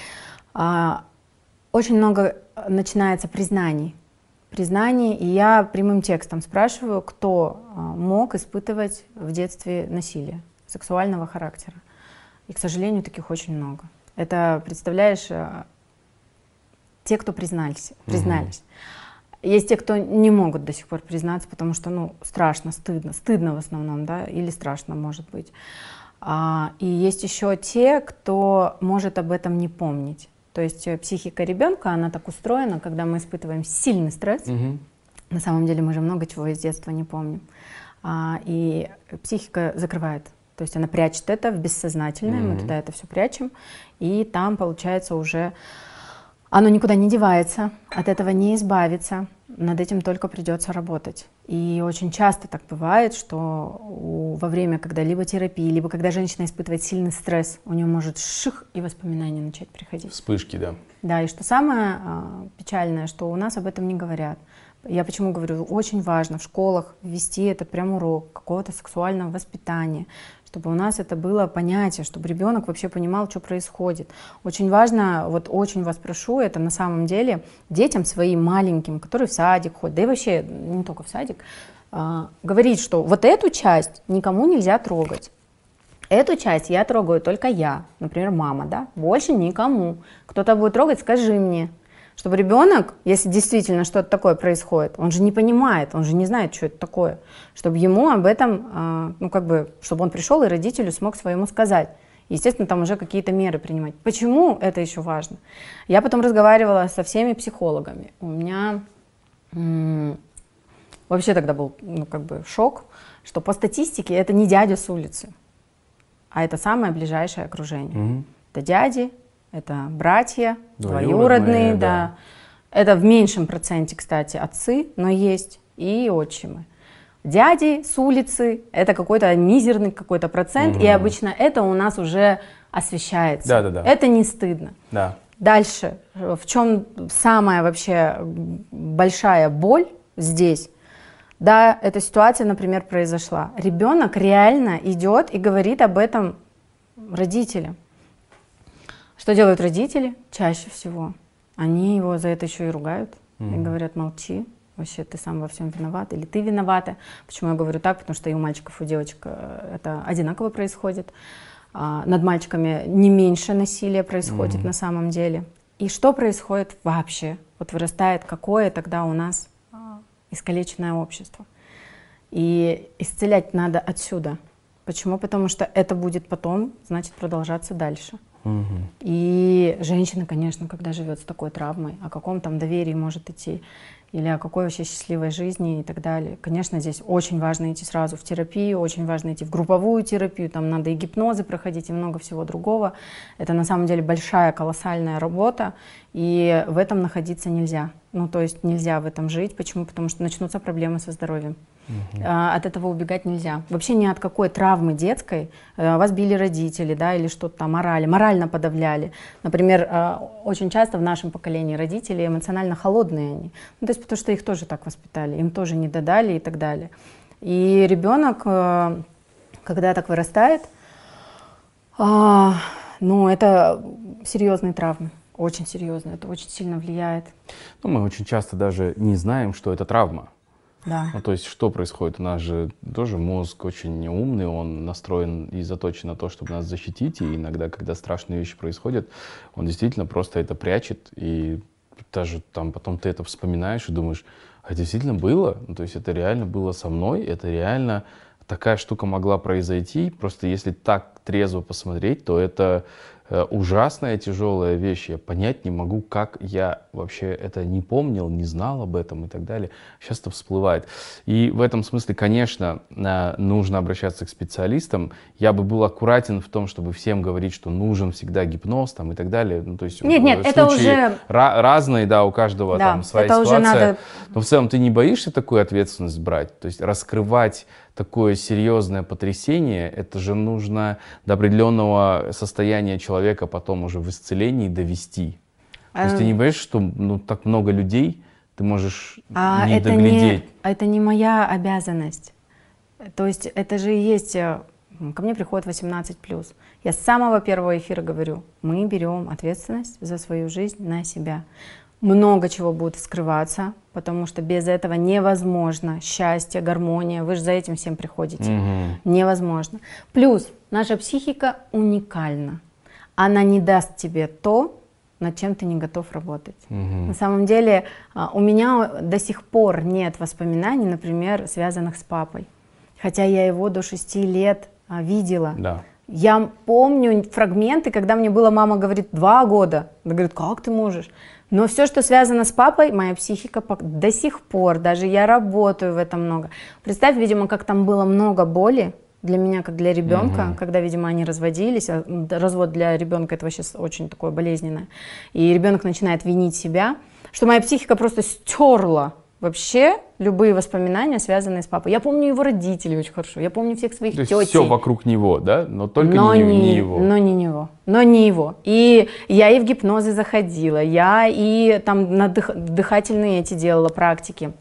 очень много начинается признаний, и я прямым текстом спрашиваю, кто мог испытывать в детстве насилие сексуального характера. И, к сожалению, таких очень много. Это, представляешь, те, кто признались. Есть те, кто не могут до сих пор признаться, потому что, страшно, стыдно в основном, да, или страшно, может быть. И есть еще те, кто может об этом не помнить. То есть психика ребенка, она так устроена, когда мы испытываем сильный стресс. На самом деле мы же много чего из детства не помним. И психика закрывает. То есть она прячет это в бессознательное, мы туда это все прячем, и там, получается, уже оно никуда не девается, от этого не избавиться, над этим только придется работать. И очень часто так бывает, что во время, когда либо терапии, либо когда женщина испытывает сильный стресс, у нее может и воспоминания начать приходить. Вспышки, да. Да, и что самое печальное, что у нас об этом не говорят. Я почему говорю, очень важно в школах ввести этот прям урок какого-то сексуального воспитания, чтобы у нас это было понятие, чтобы ребенок вообще понимал, что происходит. Очень важно, вот очень вас прошу, это на самом деле детям своим маленьким, которые в садик ходят, да и вообще не только в садик, говорить, что вот эту часть никому нельзя трогать. Эту часть я трогаю только я, например, мама, да, больше никому. Кто-то будет трогать, скажи мне. Чтобы ребенок, если действительно что-то такое происходит, он же не понимает, он же не знает, что это такое, чтобы ему об этом, ну как бы, чтобы он пришел и родителю смог своему сказать. Естественно, там уже какие-то меры принимать. Почему это еще важно? Я потом разговаривала со всеми психологами. У меня вообще тогда был, ну как бы, шок, что по статистике это не дядя с улицы, а это самое ближайшее окружение. Это дяди, это братья, двоюродные, да. Это в меньшем проценте, кстати, отцы, но есть и отчимы. Дяди с улицы — это какой-то мизерный какой-то процент, и обычно это у нас уже освещается. Да. Это не стыдно. Да. Дальше, в чем самая вообще большая боль здесь? Да, эта ситуация, например, произошла. Ребенок реально идет и говорит об этом родителям. Что делают родители? Чаще всего они его за это еще и ругают. И говорят: молчи, вообще ты сам во всем виноват, или ты виновата. Почему я говорю так? Потому что и у мальчиков, и у девочек это одинаково происходит. Над мальчиками не меньше насилия происходит на самом деле. И что происходит вообще? Вот вырастает какое тогда у нас искалеченное общество. И исцелять надо отсюда. Почему? Потому что это будет потом, значит, продолжаться дальше. И женщина, конечно, когда живет с такой травмой, о каком там доверии может идти, или о какой вообще счастливой жизни и так далее. Конечно, здесь очень важно идти сразу в терапию, очень важно идти в групповую терапию, там надо и гипнозы проходить, и много всего другого. Это на самом деле большая, колоссальная работа, и в этом находиться нельзя. Ну, то есть нельзя в этом жить. Почему? Потому что начнутся проблемы со здоровьем. От этого убегать нельзя. Вообще ни от какой травмы детской вас били родители, да, или что-то там морально подавляли. Например, очень часто в нашем поколении родители эмоционально холодные они. Ну, то есть потому что их тоже так воспитали, им тоже не додали и так далее. И ребенок, когда так вырастает, ну, это серьезные травмы. Очень серьезно, это очень сильно влияет. Ну, мы очень часто даже не знаем, что это травма. Да. Ну, то есть, что происходит? У нас же тоже мозг очень умный, он настроен и заточен на то, чтобы нас защитить. И иногда, когда страшные вещи происходят, он действительно просто это прячет. И даже там потом ты это вспоминаешь и думаешь: а это действительно было? Ну, то есть, это реально было со мной, это реально такая штука могла произойти. Просто если так трезво посмотреть, то это ужасная, тяжелая вещь. Я понять не могу, как я вообще это не помнил, не знал об этом и так далее. Сейчас это всплывает. И в этом смысле, конечно, нужно обращаться к специалистам. Я бы был аккуратен в том, чтобы всем говорить, что нужен всегда гипноз там, и так далее. Ну, то есть нет, это уже разные, да, у каждого да, там своя это ситуация. Уже надо... Но в целом ты не боишься такую ответственность брать? То есть раскрывать такое серьезное потрясение, это же нужно до определенного состояния человека потом уже в исцелении довести. То есть ты не боишься, что ну, так много людей, ты можешь не доглядеть? Это не моя обязанность. То есть это же и есть... Ко мне приходит 18+. Я с самого первого эфира говорю: мы берем ответственность за свою жизнь на себя. Много чего будет скрываться, потому что без этого невозможно счастье, гармония. Вы же за этим всем приходите. Невозможно. Плюс наша психика уникальна. Она не даст тебе то, над чем ты не готов работать. На самом деле у меня до сих пор нет воспоминаний, например, связанных с папой. Хотя я его до 6 лет видела. Да. Я помню фрагменты, когда мне было, мама говорит, 2 года. Она говорит: как ты можешь? Но все, что связано с папой, моя психика до сих пор, даже я работаю в этом много. Представь, видимо, как там было много боли для меня, как для ребенка, когда, видимо, они разводились. А развод для ребенка — это вообще очень такое болезненное. И ребенок начинает винить себя, что моя психика просто стерла вообще любые воспоминания, связанные с папой. Я помню его родителей очень хорошо, я помню всех своих тетей. То есть все вокруг него, да? Но только не его. Но не его. И я и в гипнозы заходила, я и там на дыхательные эти делала практики.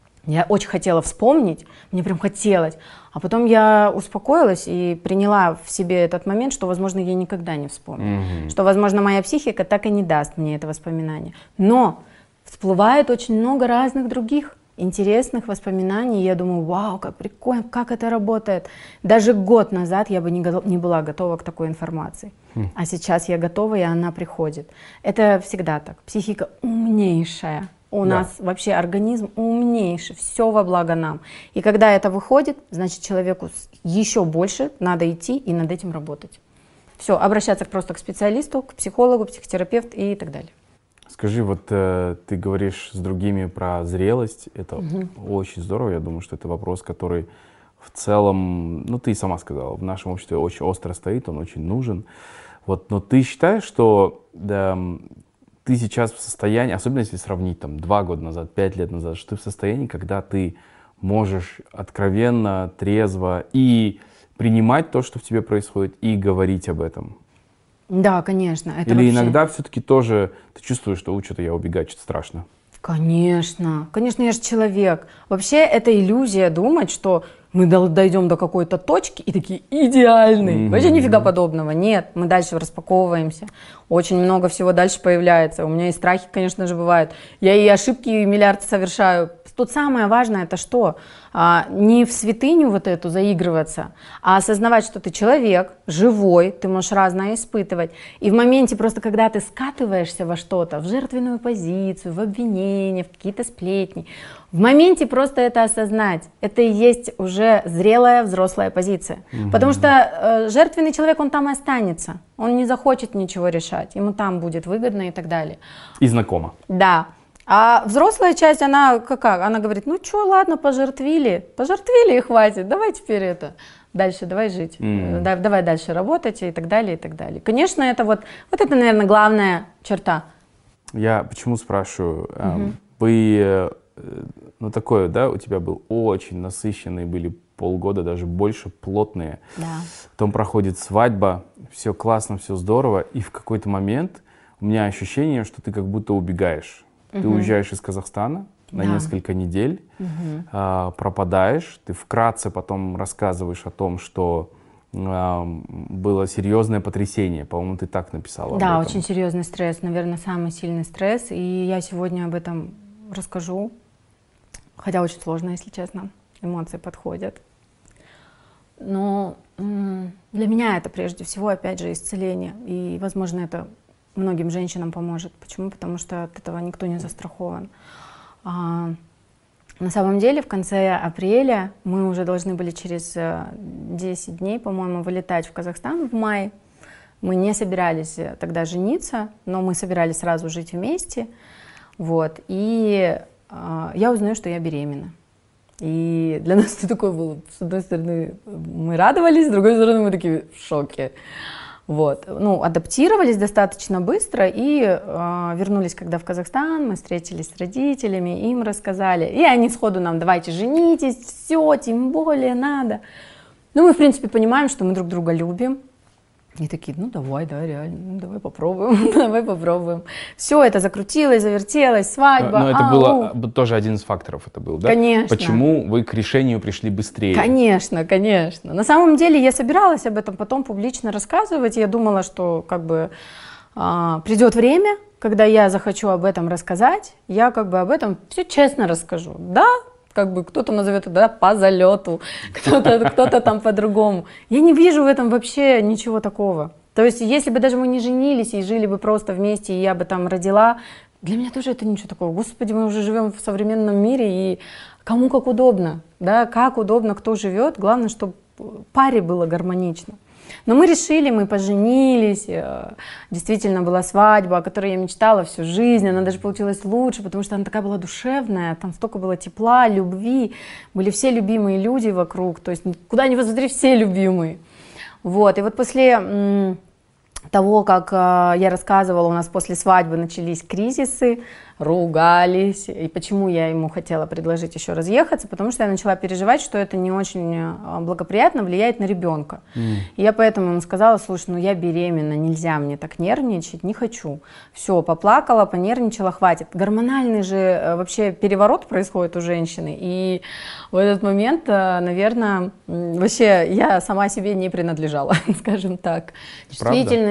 Я очень хотела вспомнить, мне прям хотелось. А потом я успокоилась и приняла в себе этот момент, что, возможно, я никогда не вспомню. Что, возможно, моя психика так и не даст мне это воспоминание. Но всплывает очень много разных других интересных воспоминаний. Я думаю, вау, как прикольно, как это работает. Даже год назад я бы не была готова к такой информации. А сейчас я готова, и она приходит. Это всегда так. Психика умнейшая. У нас вообще организм умнейший, все во благо нам. И когда это выходит, значит, человеку еще больше надо идти и над этим работать. Все, обращаться просто к специалисту, к психологу, психотерапевту и так далее. Скажи, вот ты говоришь с другими про зрелость, это очень здорово, я думаю, что это вопрос, который в целом, ну ты и сама сказала, в нашем обществе очень остро стоит, он очень нужен. Вот, но ты считаешь, что ты сейчас в состоянии, особенно если сравнить там 2 года назад, 5 лет назад, что ты в состоянии, когда ты можешь откровенно, трезво и принимать то, что в тебе происходит, и говорить об этом? Да, конечно. Это Или вообще... иногда все-таки тоже ты чувствуешь, что что-то я убегаю, что-то страшно? Конечно, конечно, я же человек. Вообще это иллюзия думать, что мы дойдем до какой-то точки и такие идеальные. Вообще нифига подобного. Нет, мы дальше распаковываемся. Очень много всего дальше появляется. У меня и страхи, конечно же, бывают. Я и ошибки миллиард совершаю. Тут самое важное это что? Не в святыню вот эту заигрываться, а осознавать, что ты человек, живой, ты можешь разное испытывать. И в моменте просто, когда ты скатываешься во что-то, в жертвенную позицию, в обвинение, в какие-то сплетни, в моменте просто это осознать. Это и есть уже зрелая взрослая позиция. Потому что жертвенный человек, он там и останется. Он не захочет ничего решать. Ему там будет выгодно и так далее. И знакомо. Да. А взрослая часть, она как? Она говорит, ну что, ладно, пожертвили и хватит, давай теперь это, дальше давай жить, давай дальше работать и так далее, и так далее. Конечно, это вот это, наверное, главная черта. Я почему спрашиваю, вы, ну такое, да, у тебя был очень насыщенный, были полгода, даже больше, плотные. Да. Потом проходит свадьба, все классно, все здорово, и в какой-то момент у меня ощущение, что ты как будто убегаешь. Ты уезжаешь из Казахстана на несколько недель, пропадаешь, ты вкратце потом рассказываешь о том, что было серьезное потрясение. По-моему, ты так написала. Да, об этом. очень серьезный стресс, наверное, самый сильный стресс. И я сегодня об этом расскажу. Хотя очень сложно, если честно. Эмоции подходят. Но для меня это прежде всего, опять же, исцеление. И, возможно, это многим женщинам поможет. Почему? Потому что от этого никто не застрахован. На самом деле, в конце апреля мы уже должны были через 10 дней, по-моему, вылетать в Казахстан в мае. Мы не собирались тогда жениться, но мы собирались сразу жить вместе. Вот. И я узнаю, что я беременна. И для нас это такое было. С одной стороны, мы радовались, с другой стороны, мы такие в шоке. Вот. Ну, адаптировались достаточно быстро и вернулись, когда в Казахстан, мы встретились с родителями, им рассказали. И они сходу нам, давайте женитесь, все, тем более надо. Ну, мы, в принципе, понимаем, что мы друг друга любим. И такие, ну давай, да, реально, ну, давай попробуем, давай попробуем. Все это закрутилось, завертелось, свадьба. Но это было тоже один из факторов, это был, да? Конечно. Почему вы к решению пришли быстрее? Конечно, конечно. На самом деле я собиралась об этом потом публично рассказывать. Я думала, что как бы придет время, когда я захочу об этом рассказать, я как бы об этом все честно расскажу. Да, как бы кто-то назовет это по залету, кто-то там по-другому. Я не вижу в этом вообще ничего такого. То есть, если бы даже мы не женились и жили бы просто вместе, и я бы там родила, для меня тоже это ничего такого. Господи, мы уже живем в современном мире, и кому как удобно, да, как удобно, кто живет. Главное, чтобы паре было гармонично. Но мы решили, мы поженились, действительно была свадьба, о которой я мечтала всю жизнь, она даже получилась лучше, потому что она такая была душевная, там столько было тепла, любви, были все любимые люди вокруг, то есть куда ни посмотри, все любимые. Вот, и вот после того, как я рассказывала, у нас после свадьбы начались кризисы, ругались. И почему я ему хотела предложить еще разъехаться? Потому что я начала переживать, что это не очень благоприятно влияет на ребенка. И я поэтому ему сказала, слушай, ну я беременна, нельзя мне так нервничать, не хочу. Все, поплакала, понервничала, хватит. Гормональный же вообще переворот происходит у женщины. И в этот момент, наверное, вообще я сама себе не принадлежала, скажем так. Правда? Чувствительность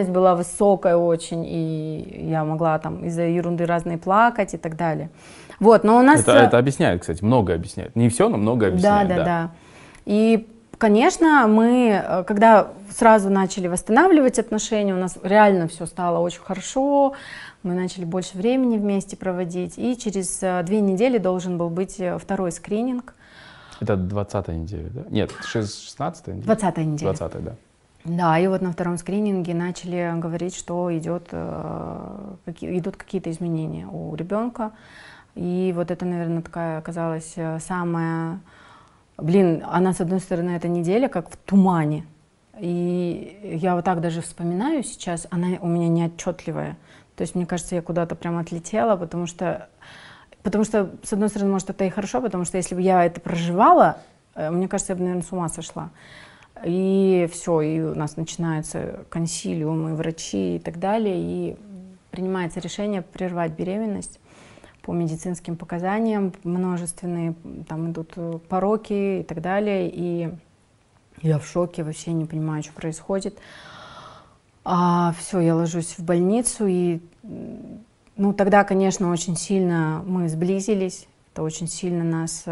эмоциональность была высокая очень, и я могла там из-за ерунды разные плакать и так далее. Вот, но у нас... Это объясняет, кстати, многое объясняет. Не все, но многое объясняет. Да. И, конечно, мы, когда сразу начали восстанавливать отношения, у нас реально все стало очень хорошо, мы начали больше времени вместе проводить, и через 2 недели должен был быть второй скрининг. Это 20-я неделя, да? Нет, 16-я неделя. 20-я неделя. 20-я, да. Да, и вот на втором скрининге начали говорить, что идут какие-то изменения у ребенка. И вот это, наверное, такая оказалась самая... Блин, она, с одной стороны, эта неделя как в тумане. И я вот так даже вспоминаю сейчас, она у меня неотчетливая. То есть, мне кажется, я куда-то прям отлетела, потому что, с одной стороны, может, это и хорошо, потому что если бы я это проживала, мне кажется, я бы, наверное, с ума сошла. И все, и у нас начинаются консилиумы, врачи и так далее, и принимается решение прервать беременность по медицинским показаниям, множественные, там идут пороки и так далее, и я в шоке, вообще не понимаю, что происходит. Все, я ложусь в больницу, и ну, тогда, конечно, очень сильно мы сблизились, это очень сильно нас...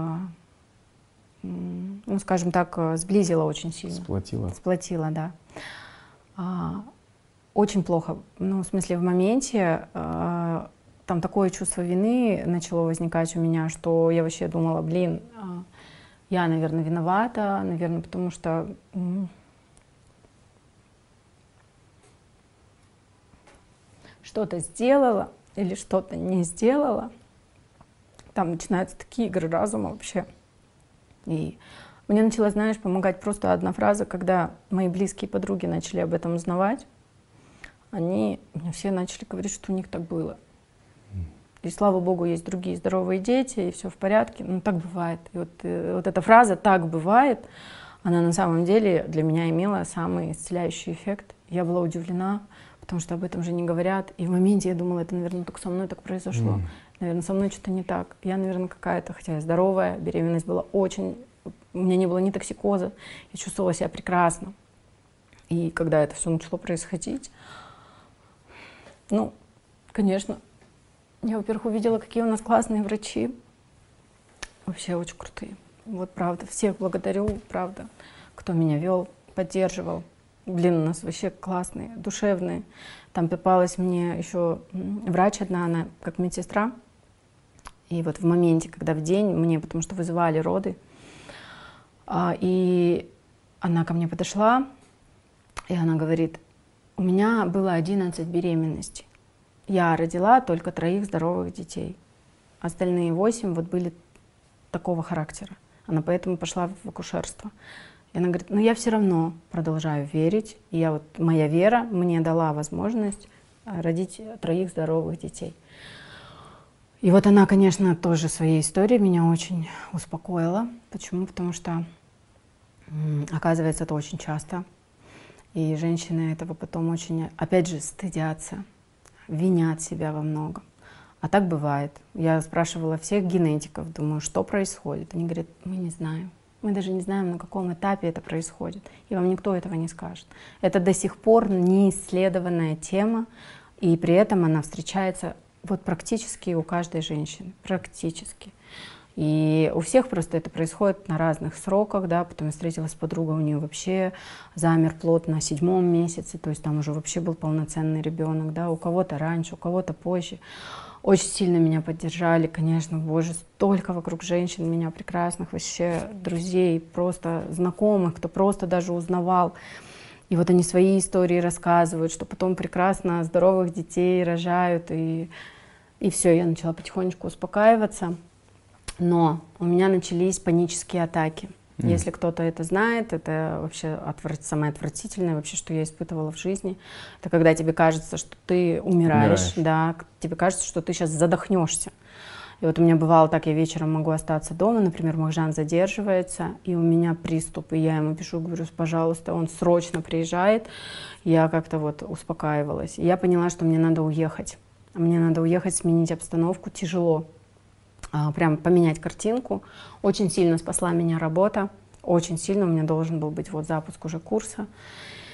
ну, скажем так, сблизила очень сильно. Сплотила, да. Очень плохо. Ну, в смысле, в моменте там такое чувство вины начало возникать у меня, что я вообще думала, блин, я, наверное, виновата, наверное, потому что что-то сделала или что-то не сделала. Там начинаются такие игры разума вообще. И мне начала, знаешь, помогать просто одна фраза, когда мои близкие подруги начали об этом узнавать, мне все начали говорить, что у них так было. И слава богу, есть другие здоровые дети, и все в порядке. Ну, так бывает. И вот эта фраза «так бывает», она на самом деле для меня имела самый исцеляющий эффект. Я была удивлена, потому что об этом же не говорят. И в моменте я думала, это, наверное, только со мной так произошло. Наверное, со мной что-то не так. Я, наверное, какая-то, хотя я здоровая, беременность была очень... У меня не было ни токсикоза, я чувствовала себя прекрасно. И когда это все начало происходить, ну, конечно, я, во-первых, увидела, какие у нас классные врачи. Вообще очень крутые. Вот правда, всех благодарю, правда, кто меня вел, поддерживал. Блин, у нас вообще классные, душевные. Там попалась мне еще врач одна, она как медсестра. И вот в моменте, когда в день мне, потому что вызывали роды, и она ко мне подошла, и она говорит, у меня было 11 беременностей. Я родила только 3 здоровых детей. Остальные 8 вот были такого характера. Она поэтому пошла в акушерство. И она говорит, но я все равно продолжаю верить. И моя вера мне дала возможность родить 3 здоровых детей. И вот она, конечно, тоже своей историей меня очень успокоила. Почему? Потому что, оказывается, это очень часто. И женщины этого потом очень, опять же, стыдятся, винят себя во многом. А так бывает. Я спрашивала всех генетиков, думаю, что происходит. Они говорят, мы не знаем. Мы даже не знаем, на каком этапе это происходит. И вам никто этого не скажет. Это до сих пор неисследованная тема, и при этом она встречается вот практически у каждой женщины. Практически. И у всех просто это происходит на разных сроках, да, потом я встретилась с подругой, у нее вообще замер плод на 7-м месяце, то есть там уже вообще был полноценный ребенок, да, у кого-то раньше, у кого-то позже. Очень сильно меня поддержали, конечно, боже, столько вокруг женщин меня прекрасных, вообще друзей, просто знакомых, кто просто даже узнавал. И вот они свои истории рассказывают, что потом прекрасно здоровых детей рожают, и все, я начала потихонечку успокаиваться. Но у меня начались панические атаки. Если кто-то это знает, это вообще самое отвратительное, вообще, что я испытывала в жизни. Это когда тебе кажется, что ты умираешь. Да, тебе кажется, что ты сейчас задохнешься. И вот у меня бывало так, я вечером могу остаться дома, например, Махжан задерживается, и у меня приступ, и я ему пишу, говорю, пожалуйста, он срочно приезжает. Я как-то вот успокаивалась. И я поняла, что мне надо уехать. Мне надо уехать, сменить обстановку, тяжело. Прям поменять картинку. Очень сильно спасла меня работа, очень сильно. У меня должен был быть вот запуск уже курса.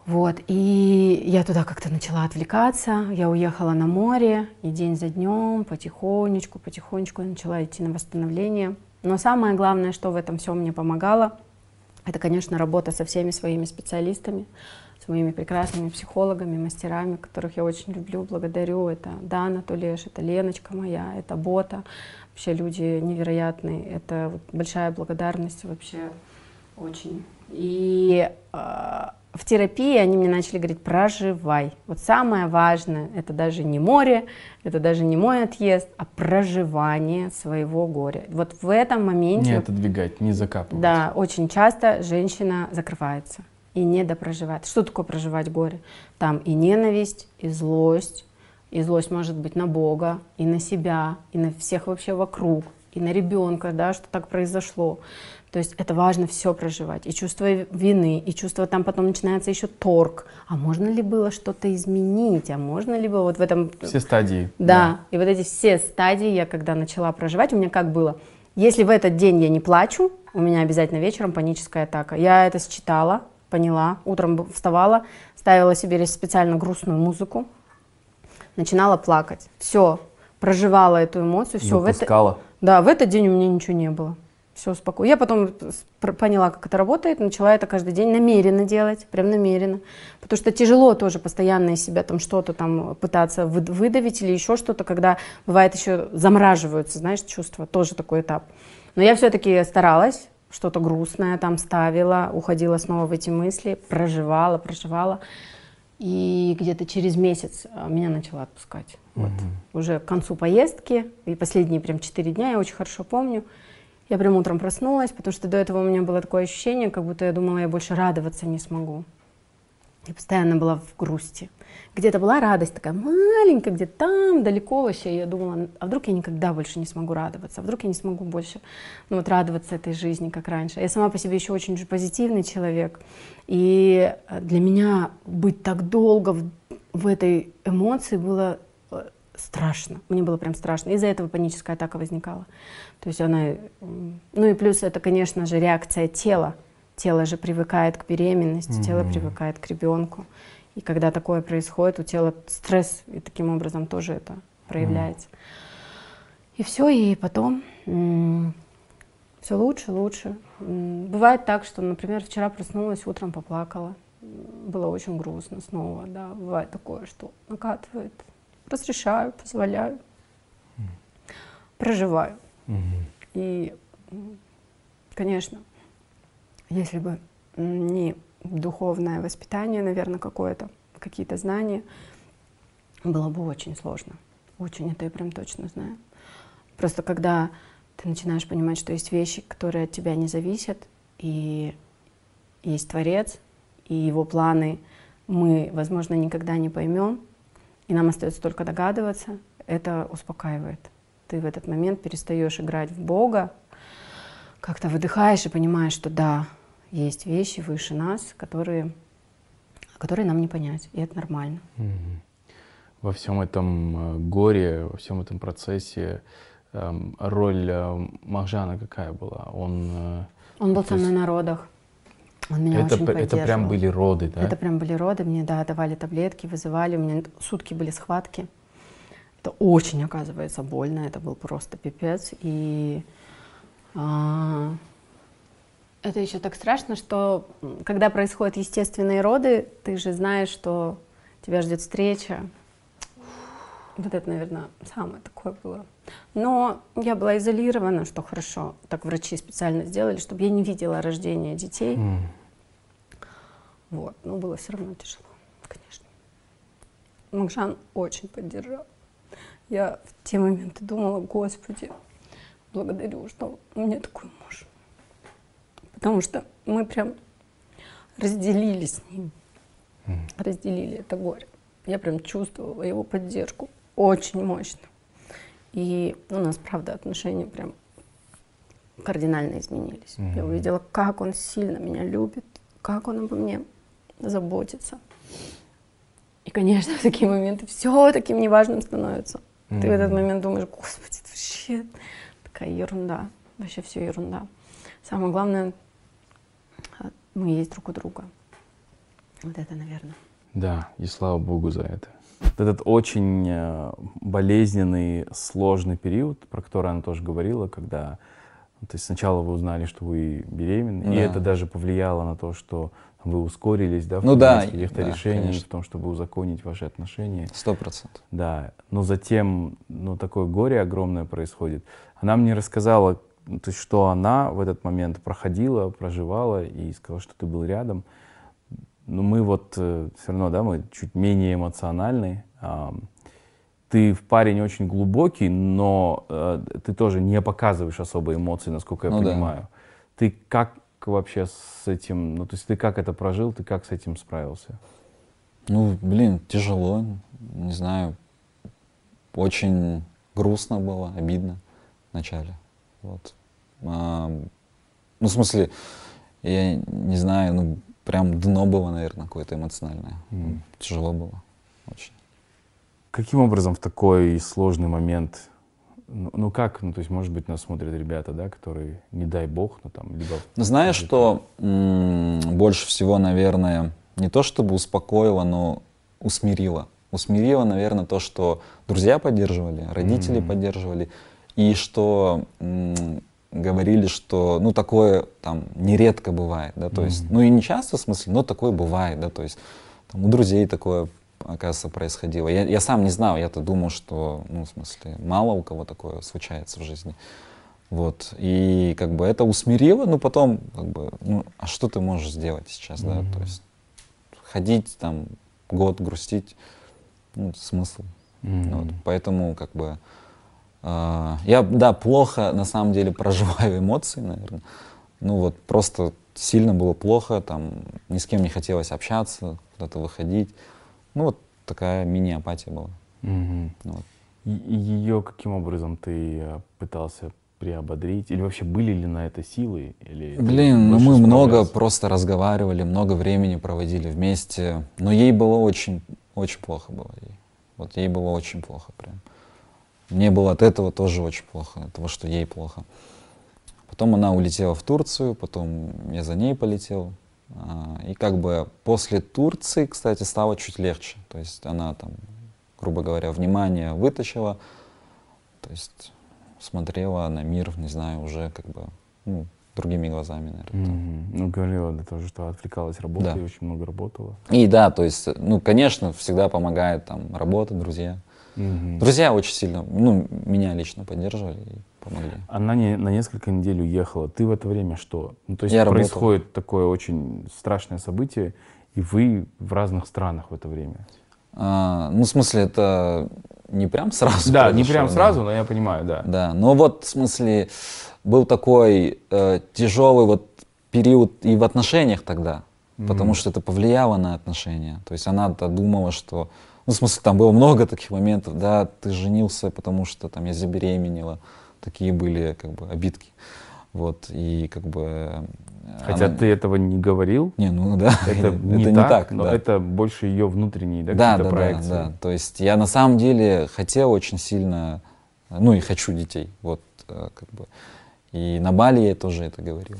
Вот, и я туда как-то начала отвлекаться, я уехала на море, и день за днем, потихонечку я начала идти на восстановление. Но самое главное, что в этом всем мне помогало, это, конечно, работа со всеми своими специалистами, с моими прекрасными психологами, мастерами, которых я очень люблю, благодарю. Это Дана Тулеш, это Леночка моя, это Бота. Вообще люди невероятные. Это вот большая благодарность вообще очень. И в терапии они мне начали говорить: проживай. Вот самое важное, это даже не море, это даже не мой отъезд, а проживание своего горя. Вот в этом моменте... Не отодвигать, не закапывать. Да, очень часто женщина закрывается и не допроживает. Что такое проживать горе? Там и ненависть, и злость может быть на Бога, и на себя, и на всех вообще вокруг, и на ребенка, да, что так произошло. То есть это важно все проживать. И чувство вины, и чувство, там потом начинается еще торг. А можно ли было что-то изменить? А можно ли было вот в этом... Все стадии. Да, и вот эти все стадии я когда начала проживать, у меня как было? Если в этот день я не плачу, у меня обязательно вечером паническая атака. Я это считала, поняла, утром вставала, ставила себе специально грустную музыку, начинала плакать. Все, проживала эту эмоцию, все. Выпускала. Да, в этот день у меня ничего не было. Все спокойно. Я потом поняла, как это работает, начала это каждый день намеренно делать, прям намеренно. Потому что тяжело тоже постоянно из себя там что-то там пытаться выдавить или еще что-то, когда бывает еще замораживаются, знаешь, чувства, тоже такой этап. Но я все-таки старалась, что-то грустное там ставила, уходила снова в эти мысли, проживала. И где-то через месяц меня начала отпускать. Вот. Уже к концу поездки, и последние прям 4 дня, я очень хорошо помню, я прям утром проснулась, потому что до этого у меня было такое ощущение, как будто я думала, я больше радоваться не смогу. Я постоянно была в грусти. Где-то была радость такая маленькая, где-то там, далеко вообще. И я думала, а вдруг я никогда больше не смогу радоваться, а вдруг я не смогу больше радоваться этой жизни, как раньше. Я сама по себе еще очень позитивный человек. И для меня быть так долго в этой эмоции было страшно. Мне было прям страшно. Из-за этого паническая атака возникала. То есть она... Ну и плюс это, конечно же, реакция тела. Тело же привыкает к беременности, тело привыкает к ребенку. И когда такое происходит, у тела стресс, и таким образом тоже это проявляется. И все, и потом все лучше. Бывает так, что, например, вчера проснулась, утром поплакала. Было очень грустно снова, да. Бывает такое, что накатывает. Разрешаю, позволяю, проживаю. И, конечно, если бы не духовное воспитание, наверное, какое-то, какие-то знания, было бы очень сложно. Очень, это я прям точно знаю. Просто когда ты начинаешь понимать, что есть вещи, которые от тебя не зависят, и есть Творец, и его планы мы, возможно, никогда не поймем, и нам остается только догадываться, это успокаивает. Ты в этот момент перестаешь играть в Бога, как-то выдыхаешь и понимаешь, что да, есть вещи выше нас, которые нам не понять, и это нормально. Во всем этом горе, во всем этом процессе роль Махжана какая была? Он был со мной на родах. Он меня очень поддерживал. Это прям были роды, да? Это прям были роды. Мне, да, давали таблетки, вызывали. У меня сутки были схватки. Это очень, оказывается, больно. Это был просто пипец. И это еще так страшно, что когда происходят естественные роды, ты же знаешь, что тебя ждет встреча. Вот это, наверное, самое такое было. Но я была изолирована, что хорошо. Так врачи специально сделали, чтобы я не видела рождения детей. Вот. Но было все равно тяжело, конечно. Махжан очень поддержал. Я в те моменты думала: Господи, благодарю, что у меня такой муж. Потому что мы прям разделили с ним. Разделили это горе. Я прям чувствовала его поддержку очень мощно. И у нас, правда, отношения прям кардинально изменились. Я увидела, как он сильно меня любит, как он обо мне заботится. И, конечно, в такие моменты все таким неважным становится. Ты в этот момент думаешь: Господи, это вообще такая ерунда. Вообще все ерунда. Самое главное, мы есть друг у друга. Вот это, наверное. Да, и слава богу за это. Этот очень болезненный, сложный период, про который она тоже говорила, когда то есть сначала вы узнали, что вы беременны, и это даже повлияло на то, что вы ускорились, да, в каких-то решениях, конечно. В том, чтобы узаконить ваши отношения. 100%. Да, но затем, такое горе огромное происходит. Она мне рассказала, то есть, что она в этот момент проходила, проживала, и сказала, что ты был рядом. Но мы все равно, да, мы чуть менее эмоциональны. Ты парень очень глубокий, но ты тоже не показываешь особо эмоций, насколько я понимаю. Да. Ты как вообще с этим, то есть ты как это прожил, ты как с этим справился? Тяжело, не знаю, очень грустно было, обидно вначале. Вот. В смысле, я не знаю, прям дно было, наверное, какое-то эмоциональное. Тяжело было очень. Каким образом в такой сложный момент, то есть, может быть, нас смотрят ребята, да, которые, не дай бог, либо... Знаешь, что больше всего, наверное, не то чтобы успокоило, но усмирило. Усмирило, наверное, то, что друзья поддерживали, родители поддерживали, и что говорили, что, такое там нередко бывает, да, то есть, и не часто, в смысле, но такое бывает, да, то есть, у друзей такое, оказывается, происходило. Я сам не знал, я-то думал, что, в смысле, мало у кого такое случается в жизни. Вот, и это усмирило, но потом, а что ты можешь сделать сейчас, да, то есть, ходить там год, грустить, смысл. Вот, поэтому, я, плохо, на самом деле, проживаю эмоции, наверное. Просто сильно было плохо, ни с кем не хотелось общаться, куда-то выходить. Такая мини-апатия была. Вот. И ее каким образом ты пытался приободрить? Или вообще были ли на это силы? Или мы много просто разговаривали, много времени проводили вместе. Но ей было очень, очень плохо было. Ей было очень плохо прям. Мне было от этого тоже очень плохо, от того, что ей плохо. Потом она улетела в Турцию, потом я за ней полетел. И после Турции, кстати, стало чуть легче. То есть она грубо говоря, внимание вытащила, то есть смотрела на мир, не знаю, уже другими глазами, наверное. Говорила тоже, что отвлекалась работой, да. Очень много работала. И да, то есть, конечно, всегда помогает работа, друзья. Друзья очень сильно, меня лично поддерживали и помогли. Она на несколько недель уехала. Ты в это время что? То есть я происходит работал. Такое очень страшное событие, и вы в разных странах в это время. В смысле, это не прям сразу. Да, не прям сразу, но я понимаю, да. Да, но в смысле, был такой тяжелый период и в отношениях тогда, потому что это повлияло на отношения. То есть она-то думала, что... в смысле, там было много таких моментов, да, ты женился, потому что я забеременела. Такие были, обидки. Вот, и Хотя ты этого не говорил. Не, да, это не так, но да. Это больше ее внутренние, какие-то проекции. Да. То есть я на самом деле хотел очень сильно, и хочу детей, И на Бали я тоже это говорил.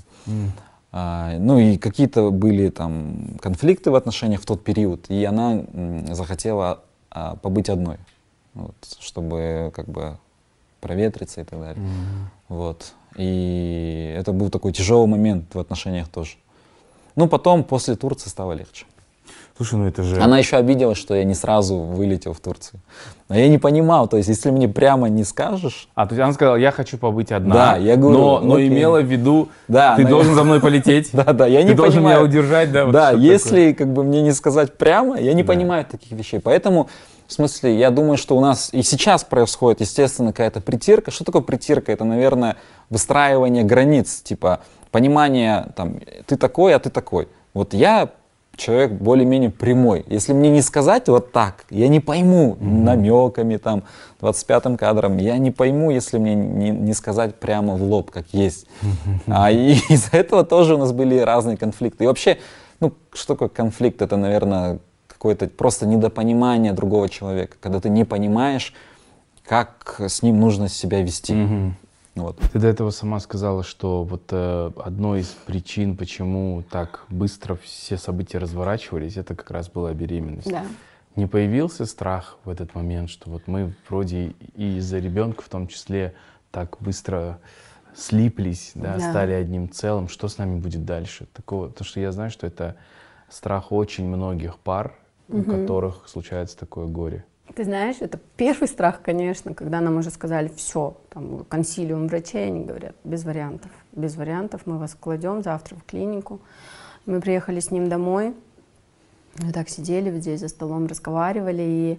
И какие-то были конфликты в отношениях в тот период, и она захотела побыть одной, чтобы проветриться и так далее. Вот. И это был такой тяжелый момент в отношениях тоже. Потом после Турции стало легче. Слушай, это же... Она еще обиделась, что я не сразу вылетел в Турцию. Но я не понимал, то есть если мне прямо не скажешь... то есть она сказала, я хочу побыть одна, да, я говорю, но имела в виду, ты должен за мной полететь, да, я не ты должен меня удержать. Да, если мне не сказать прямо, я не понимаю таких вещей. Поэтому, в смысле, я думаю, что у нас и сейчас происходит, естественно, какая-то притирка. Что такое притирка? Это, наверное, выстраивание границ, понимание, ты такой, а ты такой. Я человек более-менее прямой. Если мне не сказать так, я не пойму намеками, 25-м кадром, я не пойму, если мне не сказать прямо в лоб, как есть. И из-за этого тоже у нас были разные конфликты. И вообще, что такое конфликт? Это, наверное, какое-то просто недопонимание другого человека, когда ты не понимаешь, как с ним нужно себя вести. Вот. Ты до этого сама сказала, что вот одной из причин, почему так быстро все события разворачивались, это как раз была беременность. Да. Не появился страх в этот момент, что вот мы вроде и из-за ребенка в том числе так быстро слиплись, да, Да. стали одним целым, что с нами будет дальше? Такого, потому что я знаю, что это страх очень многих пар, у которых случается такое горе. Ты знаешь, это первый страх, конечно, когда нам уже сказали, все, там консилиум врачей, они говорят, без вариантов, мы вас кладем завтра в клинику. Мы приехали с ним домой, мы так сидели вот здесь за столом, разговаривали, и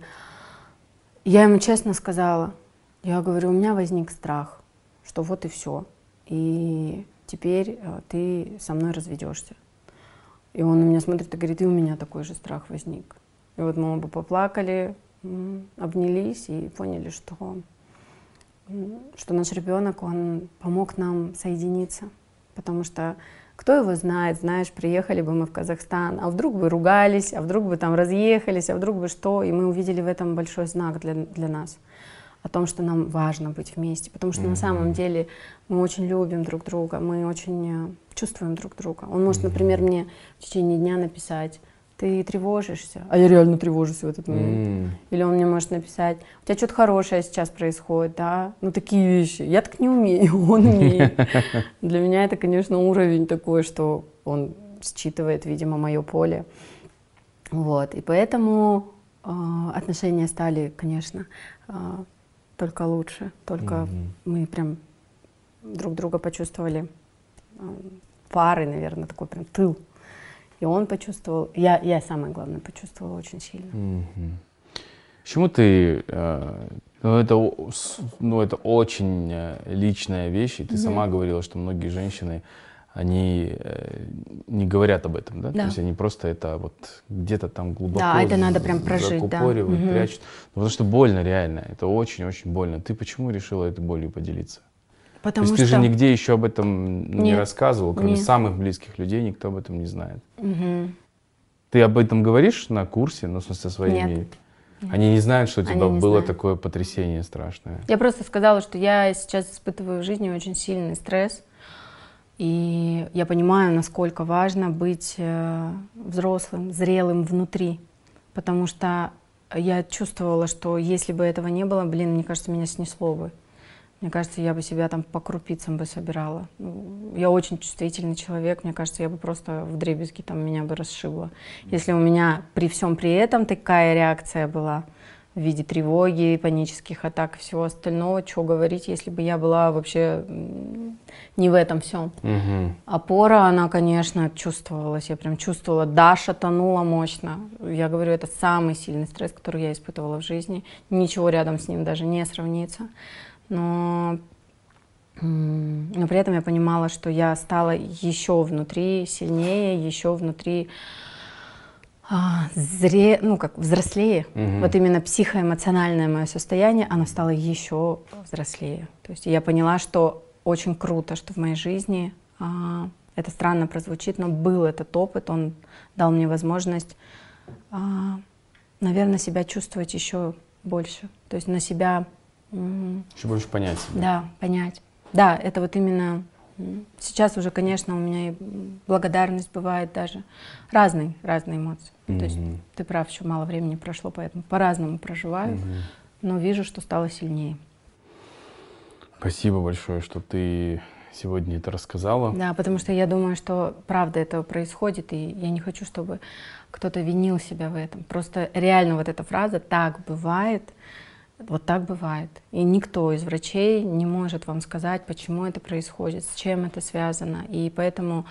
я ему честно сказала, я говорю, у меня возник страх, что вот и все, и теперь ты со мной разведешься. И он на меня смотрит и говорит, и у меня такой же страх возник. И вот мы оба поплакали, обнялись и поняли, что наш ребенок, он помог нам соединиться. Потому что кто его знает, знаешь, приехали бы мы в Казахстан, а вдруг бы ругались, а вдруг бы там разъехались, а вдруг бы что. И мы увидели в этом большой знак для нас. О том, что нам важно быть вместе. Потому что на самом деле мы очень любим друг друга, мы очень чувствуем друг друга. Он может, например, мне в течение дня написать, ты тревожишься, а я реально тревожусь в этот момент. Или он мне может написать, у тебя что-то хорошее сейчас происходит, да? Ну такие вещи. Я так не умею, он умеет. Для меня это, конечно, уровень такой, что он считывает, видимо, мое поле. Вот. И поэтому отношения стали, конечно, только лучше. Только мы прям друг друга почувствовали парой, наверное, такой прям тыл. И он почувствовал, я самое главное почувствовала очень сильно. Почему ты, это очень личная вещь, и ты сама говорила, что многие женщины, они не говорят об этом, да? Да. То есть они просто это вот где-то там глубоко Да, это надо прям прожить, да. закупоривают, прячут. Потому что больно реально, это очень-очень больно. Ты почему решила этой болью поделиться? Потому То есть ты что же нигде еще об этом не Нет. рассказывал, кроме Нет. самых близких людей, никто об этом не знает. Ты об этом говоришь на курсе, ну, в смысле, со своими? Нет. Они не знают, что у тебя Они не было знают. такое потрясение страшное. Я просто сказала, что я сейчас испытываю в жизни очень сильный стресс. И я понимаю, насколько важно быть взрослым, зрелым внутри. Потому что я чувствовала, что если бы этого не было, блин, мне кажется, меня снесло бы. Мне кажется, я бы себя там по крупицам бы собирала. Я очень чувствительный человек, мне кажется, я бы просто вдребезги там меня бы расшибло. Если у меня при всем при этом такая реакция была в виде тревоги, панических атак и всего остального, что говорить, если бы я была вообще не в этом всем. Опора, она, конечно, чувствовалась, я прям чувствовала, Даша тонула мощно. Я говорю, это самый сильный стресс, который я испытывала в жизни. Ничего рядом с ним даже не сравнится. Но при этом я понимала, что я стала еще внутри сильнее, еще внутри взрослее. Вот именно психоэмоциональное мое состояние, оно стало еще взрослее. То есть я поняла, что очень круто, что в моей жизни, это странно прозвучит, но был этот опыт, он дал мне возможность, наверное, себя чувствовать еще больше. То есть на себя... Еще больше понять себя. Да, понять. Да, это вот именно сейчас уже, конечно, у меня и благодарность бывает даже. Разные эмоции. То есть ты прав, еще мало времени прошло, поэтому по-разному проживаю, но вижу, что стало сильнее. Спасибо большое, что ты сегодня это рассказала. Да, потому что я думаю, что правда это происходит, и я не хочу, чтобы кто-то винил себя в этом. Просто реально вот эта фраза «так бывает», вот так бывает. И никто из врачей не может вам сказать, почему это происходит, с чем это связано. И поэтому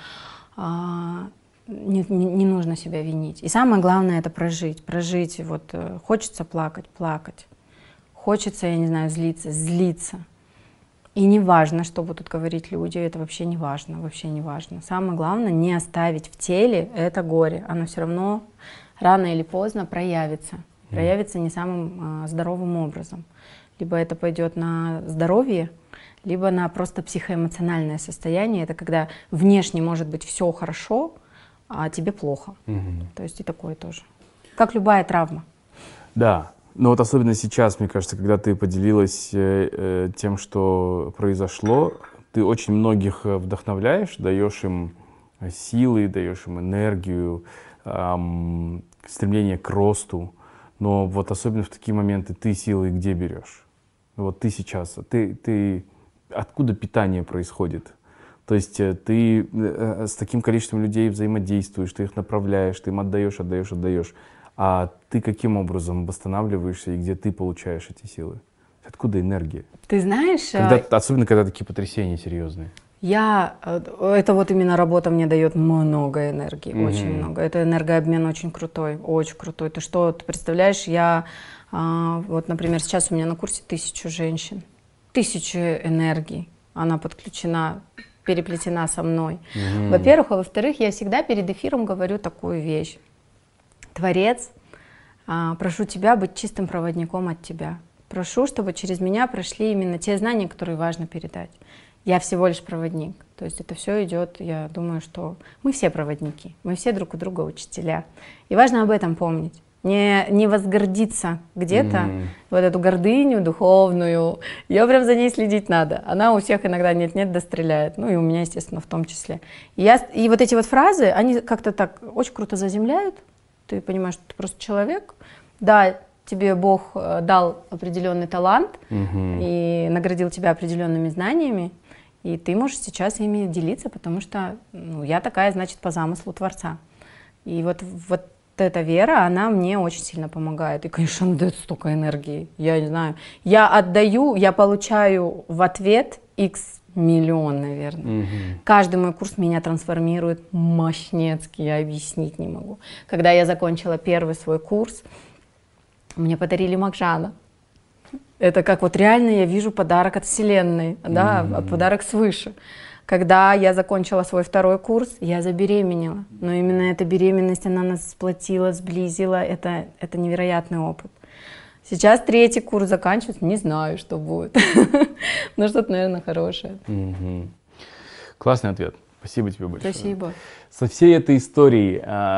не нужно себя винить. И самое главное — это прожить. Прожить. Вот хочется плакать — плакать. Хочется, я не знаю, злиться — злиться. И не важно, что будут говорить люди, это вообще не важно, вообще не важно. Самое главное — не оставить в теле это горе. Оно все равно рано или поздно проявится. Проявится не самым здоровым образом. Либо это пойдет на здоровье, либо на просто психоэмоциональное состояние. Это когда внешне может быть все хорошо, а тебе плохо. То есть и такое тоже. Как любая травма. Да, Но вот особенно сейчас, мне кажется, когда ты поделилась тем, что произошло, ты очень многих вдохновляешь, даешь им силы, даешь им энергию, стремление к росту. Но вот особенно в такие моменты ты силы где берешь? Вот ты сейчас, откуда питание происходит? То есть ты с таким количеством людей взаимодействуешь, ты их направляешь, ты им отдаешь. А ты каким образом восстанавливаешься и где ты получаешь эти силы? Откуда энергия? Ты знаешь, Особенно когда такие потрясения серьезные. Это вот именно работа мне дает много энергии, очень много. Это энергообмен очень крутой, очень крутой. Ты что, ты представляешь, вот, например, сейчас у меня на курсе 1000 женщин, 1000 энергий, она подключена, переплетена со мной. Во-первых, а во-вторых, я всегда перед эфиром говорю такую вещь. Творец, прошу тебя быть чистым проводником от тебя. Прошу, чтобы через меня прошли именно те знания, которые важно передать. Я всего лишь проводник. То есть это все идет, я думаю, что мы все проводники, мы все друг у друга учителя. И важно об этом помнить. Не возгордиться где-то, вот эту гордыню духовную, ее прям за ней следить надо. Она у всех иногда нет-нет да стреляет, ну и у меня, естественно, в том числе. И вот эти вот фразы, они как-то так очень круто заземляют. Ты понимаешь, что ты просто человек. Да, тебе Бог дал определенный талант и наградил тебя определенными знаниями, и ты можешь сейчас ими делиться, потому что я такая, значит, по замыслу Творца. И вот эта вера, она мне очень сильно помогает. И, конечно, она дает столько энергии. Я не знаю. Я отдаю, я получаю в ответ X миллион, наверное. Каждый мой курс меня трансформирует мощнецки, я объяснить не могу. Когда я закончила первый свой курс, мне подарили Мокжана. Это как вот реально я вижу подарок от Вселенной, да, подарок свыше. Когда я закончила свой второй курс, я забеременела. Но именно эта беременность, она нас сплотила, сблизила. Это невероятный опыт. Сейчас третий курс заканчивается, не знаю, что будет. Но что-то, наверное, хорошее. Классный ответ. Спасибо тебе большое. Спасибо. Со всей этой историей,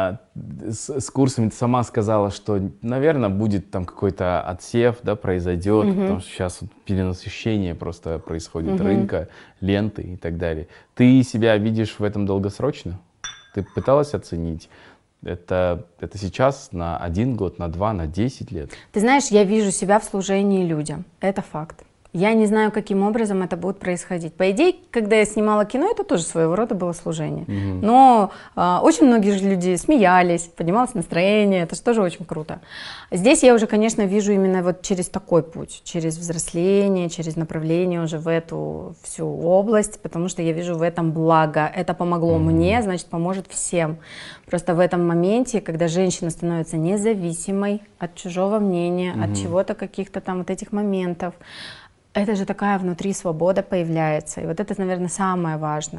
с курсами ты сама сказала, что, наверное, будет там какой-то отсев, да, произойдет, потому что сейчас вот перенасыщение просто происходит рынка, ленты и так далее. Ты себя видишь в этом долгосрочно? Ты пыталась оценить? Это сейчас на 1 год, на 2, на 10 лет? Ты знаешь, я вижу себя в служении людям. Это факт. Я не знаю, каким образом это будет происходить. По идее, когда я снимала кино, это тоже своего рода было служение. Но очень многие же люди смеялись, поднималось настроение, это же тоже очень круто. Здесь я уже, конечно, вижу именно вот через такой путь, через взросление, через направление уже в эту всю область, потому что я вижу в этом благо. Это помогло мне, значит, поможет всем. Просто в этом моменте, когда женщина становится независимой от чужого мнения, от чего-то, каких-то там вот этих моментов, это же такая внутри свобода появляется. И вот это, наверное, самое важное.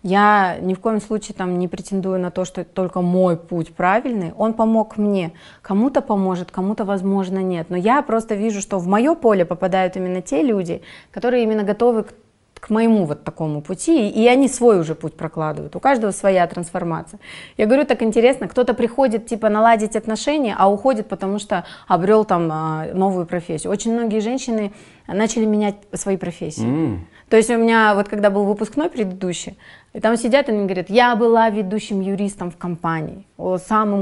Я ни в коем случае там не претендую на то, что только мой путь правильный. Он помог мне. Кому-то поможет, кому-то, возможно, нет. Но я просто вижу, что в мое поле попадают именно те люди, которые именно готовы к моему вот такому пути, и они свой уже путь прокладывают. У каждого своя трансформация. Я говорю, так интересно, кто-то приходит типа наладить отношения, а уходит, потому что обрел там новую профессию. Очень многие женщины начали менять свои профессии. То есть у меня вот когда был выпускной предыдущий, и там сидят и они говорят, я была ведущим юристом в компании, самой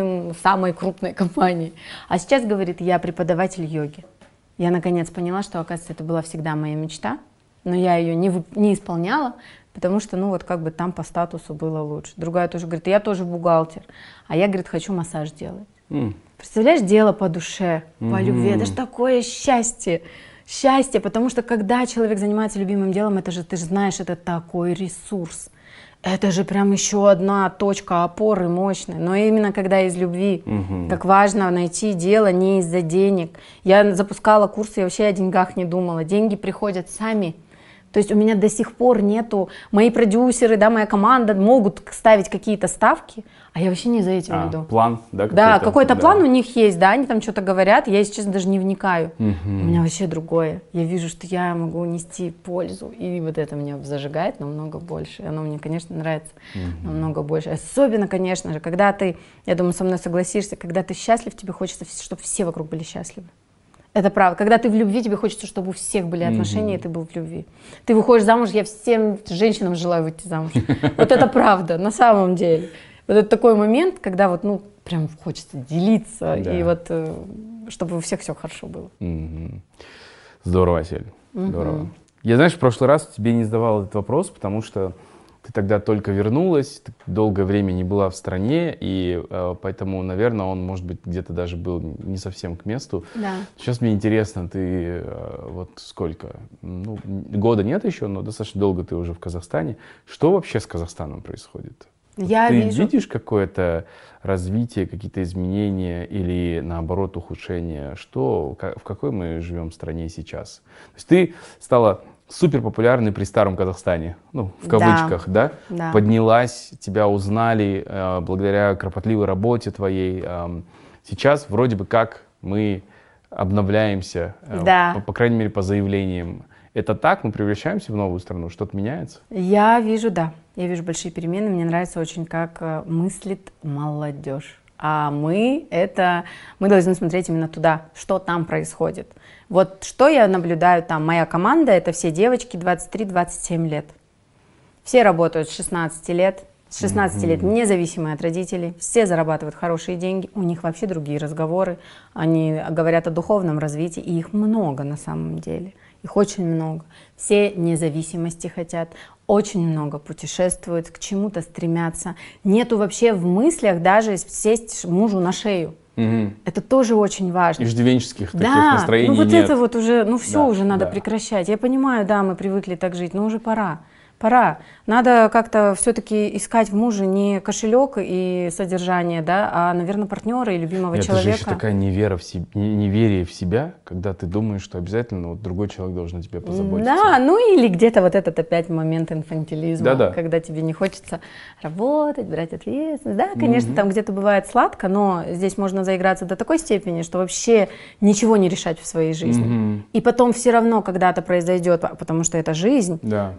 крупной компании. А сейчас, говорит, я преподаватель йоги. Я наконец поняла, что, оказывается, это была всегда моя мечта. Но я ее не исполняла, потому что, ну, вот как бы там по статусу было лучше. Другая тоже говорит, я тоже бухгалтер, а я, говорит, хочу массаж делать. Представляешь, дело по душе, по любви, это же такое счастье. Счастье, потому что когда человек занимается любимым делом, это же, ты же знаешь, это такой ресурс. Это же прям еще одна точка опоры мощная. Но именно когда из любви, как важно найти дело не из-за денег. Я запускала курсы, я вообще о деньгах не думала. Деньги приходят сами. То есть у меня до сих пор нету, мои продюсеры, да, моя команда могут ставить какие-то ставки, а я вообще не за этим иду. План, да? Да, какой-то план у них есть, да, они там что-то говорят, я, если честно, даже не вникаю. У меня вообще другое. Я вижу, что я могу нести пользу, и вот это меня зажигает намного больше. И оно мне, конечно, нравится намного больше. Особенно, конечно же, когда ты, я думаю, со мной согласишься, когда ты счастлив, тебе хочется, чтобы все вокруг были счастливы. Это правда. Когда ты в любви, тебе хочется, чтобы у всех были отношения, и ты был в любви. Ты выходишь замуж, я всем женщинам желаю выйти замуж. Вот это правда, на самом деле. Вот это такой момент, когда вот, ну, прям хочется делиться, и вот, чтобы у всех все хорошо было. Здорово, Асель, здорово. Я, знаешь, в прошлый раз тебе не задавал этот вопрос, потому что ты тогда только вернулась, ты долгое время не была в стране, и поэтому, наверное, он, может быть, где-то даже был не совсем к месту. Да. Сейчас мне интересно, ты вот сколько, ну, года нет еще, но достаточно долго ты уже в Казахстане. Что вообще с Казахстаном происходит? Я ты вижу... видишь какое-то развитие, какие-то изменения или, наоборот, ухудшение? Что, в какой мы живем стране сейчас? То есть ты стала супер популярной при старом Казахстане, ну, в кавычках, да? Поднялась, тебя узнали благодаря кропотливой работе твоей. Сейчас вроде бы как мы обновляемся, по крайней мере, по заявлениям. Это так? Мы превращаемся в новую страну? Что-то меняется? Я вижу, да. Я вижу большие перемены. Мне нравится очень, как мыслит молодежь. А мы должны смотреть именно туда, что там происходит. Вот что я наблюдаю там. Моя команда — это все девочки 23-27 лет. Все работают с 16 лет. С 16 лет независимые от родителей. Все зарабатывают хорошие деньги. У них вообще другие разговоры. Они говорят о духовном развитии. И их много на самом деле. Их очень много. Все независимости хотят, очень много путешествуют, к чему-то стремятся. Нету вообще в мыслях даже сесть мужу на шею. Это тоже очень важно. Иждивенческих таких настроений ну вот нет. Это вот уже, ну все уже надо прекращать. Я понимаю, да, мы привыкли так жить, но уже пора. Пора. Надо как-то все-таки искать в муже не кошелек и содержание, да, а, наверное, партнера и любимого человека. Это же еще такая неверие в себя, когда ты думаешь, что обязательно вот другой человек должен о тебе позаботиться. Да, ну или где-то вот этот опять момент инфантилизма, когда тебе не хочется работать, брать ответственность. Да, конечно, там где-то бывает сладко, но здесь можно заиграться до такой степени, что вообще ничего не решать в своей жизни. И потом все равно когда-то произойдет, потому что это жизнь,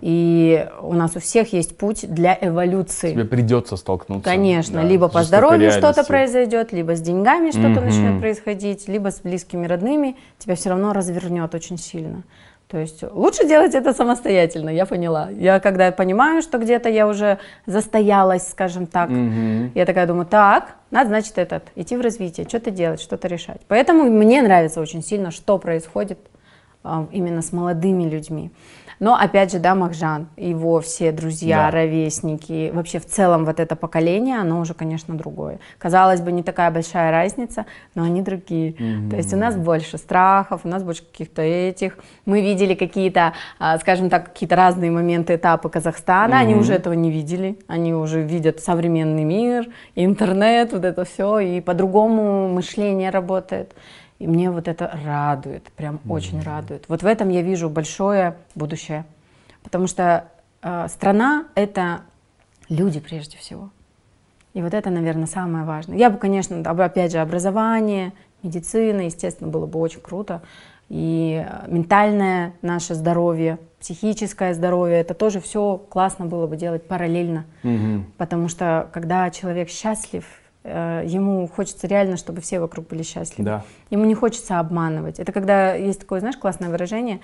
и у нас у всех есть путь для эволюции. Тебе придется столкнуться. Конечно, либо по здоровью что-то произойдет, либо с деньгами что-то начнет происходить, либо с близкими, родными, тебя все равно развернет очень сильно. То есть лучше делать это самостоятельно, я поняла. Я когда понимаю, что где-то я уже застоялась, скажем так, я такая думаю, так, надо, значит, идти в развитие, что-то делать, что-то решать. Поэтому мне нравится очень сильно, что происходит именно с молодыми людьми. Но опять же, да, Махжан, его все друзья, ровесники, вообще в целом вот это поколение, оно уже, конечно, другое. Казалось бы, не такая большая разница, но они другие. То есть у нас больше страхов, у нас больше каких-то этих. Мы видели какие-то, скажем так, какие-то разные моменты, этапы Казахстана, они уже этого не видели, они уже видят современный мир, интернет, вот это все, и по-другому мышление работает. И мне вот это радует, прям очень радует. Вот в этом я вижу большое будущее. Потому что страна — это люди прежде всего. И вот это, наверное, самое важное. Я бы, конечно, опять же, образование, медицина, естественно, было бы очень круто. И ментальное наше здоровье, психическое здоровье, это тоже все классно было бы делать параллельно. Потому что когда человек счастлив, ему хочется реально, чтобы все вокруг были счастливы. Да. Ему не хочется обманывать. Это когда есть такое, знаешь, классное выражение,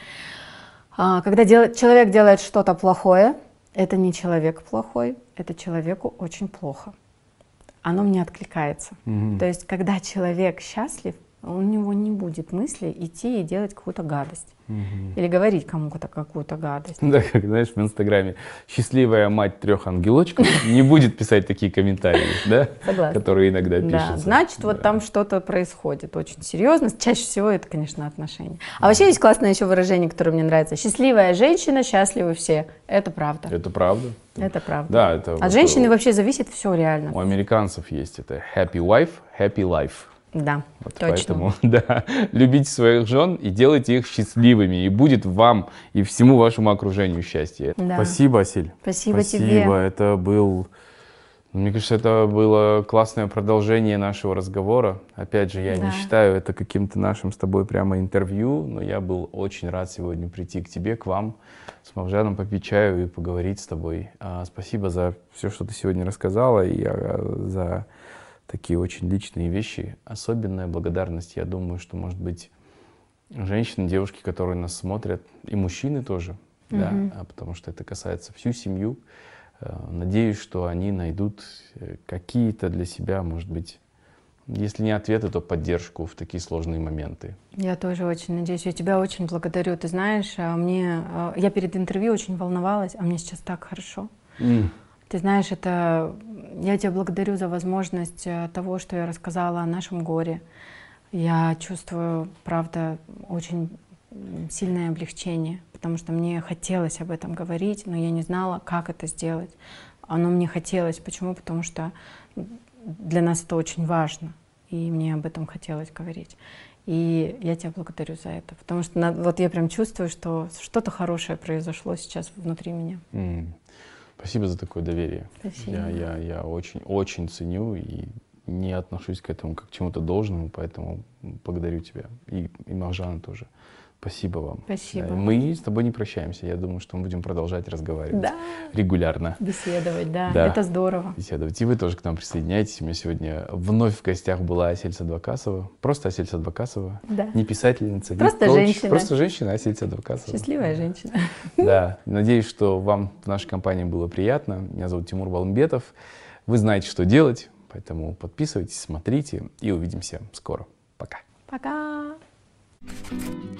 когда человек делает что-то плохое, это не человек плохой, это человеку очень плохо. Оно мне откликается. То есть, когда человек счастлив, у него не будет мысли идти и делать какую-то гадость. Или говорить кому-то какую-то гадость. Да, как, знаешь, в Инстаграме счастливая мать 3 ангелочков не будет писать такие комментарии, да? Согласна. Которые иногда пишутся. Да, значит, вот там что-то происходит очень серьезно. Чаще всего это, конечно, отношения. А вообще есть классное еще выражение, которое мне нравится. Счастливая женщина, счастливы все. Это правда. Это правда. Это правда. Да, это От женщины вообще зависит все реально. У американцев есть это happy wife, happy life. Да, Вот точно. поэтому, да, любите своих жен и делайте их счастливыми, и будет вам и всему вашему окружению счастье. Да. Спасибо, Асель. Спасибо тебе. Это был, мне кажется, это было классное продолжение нашего разговора. Опять же, я не Да. считаю это каким-то нашим с тобой прямо интервью, но я был очень рад сегодня прийти к тебе, к вам, с Мавжаном попить чаю и поговорить с тобой. Спасибо за все, что ты сегодня рассказала, и за такие очень личные вещи. Особенная благодарность, я думаю, что, может быть, женщины, девушки, которые нас смотрят, и мужчины тоже, да, потому что это касается всю семью. Надеюсь, что они найдут какие-то для себя, может быть, если не ответы, то поддержку в такие сложные моменты. Я тоже очень надеюсь. Я тебя очень благодарю. Ты знаешь, я перед интервью очень волновалась, а мне сейчас так хорошо. Ты знаешь, я тебя благодарю за возможность того, что я рассказала о нашем горе. Я чувствую, правда, очень сильное облегчение, потому что мне хотелось об этом говорить, но я не знала, как это сделать. Оно мне хотелось. Почему? Потому что для нас это очень важно, и мне об этом хотелось говорить. И я тебя благодарю за это, потому что вот я прям чувствую, что что-то хорошее произошло сейчас внутри меня. Спасибо за такое доверие. Спасибо. Я очень ценю и не отношусь к этому как к чему-то должному, поэтому благодарю тебя. И Мавжана тоже. Спасибо вам. Спасибо. Да, мы с тобой не прощаемся. Я думаю, что мы будем продолжать разговаривать, да, регулярно. Беседовать, да. Да. Это здорово. Беседовать. И вы тоже к нам присоединяйтесь. У меня сегодня вновь в гостях была Асель Садвакасова. Просто Асель Садвакасова. Да. Не писательница, не Просто коуч. женщина. Просто женщина Асель Садвакасова. Счастливая женщина. Да. Надеюсь, что вам в нашей компании было приятно. меня зовут Тимур Балымбетов. Вы знаете, что делать, поэтому подписывайтесь, смотрите и увидимся скоро. Пока. Пока.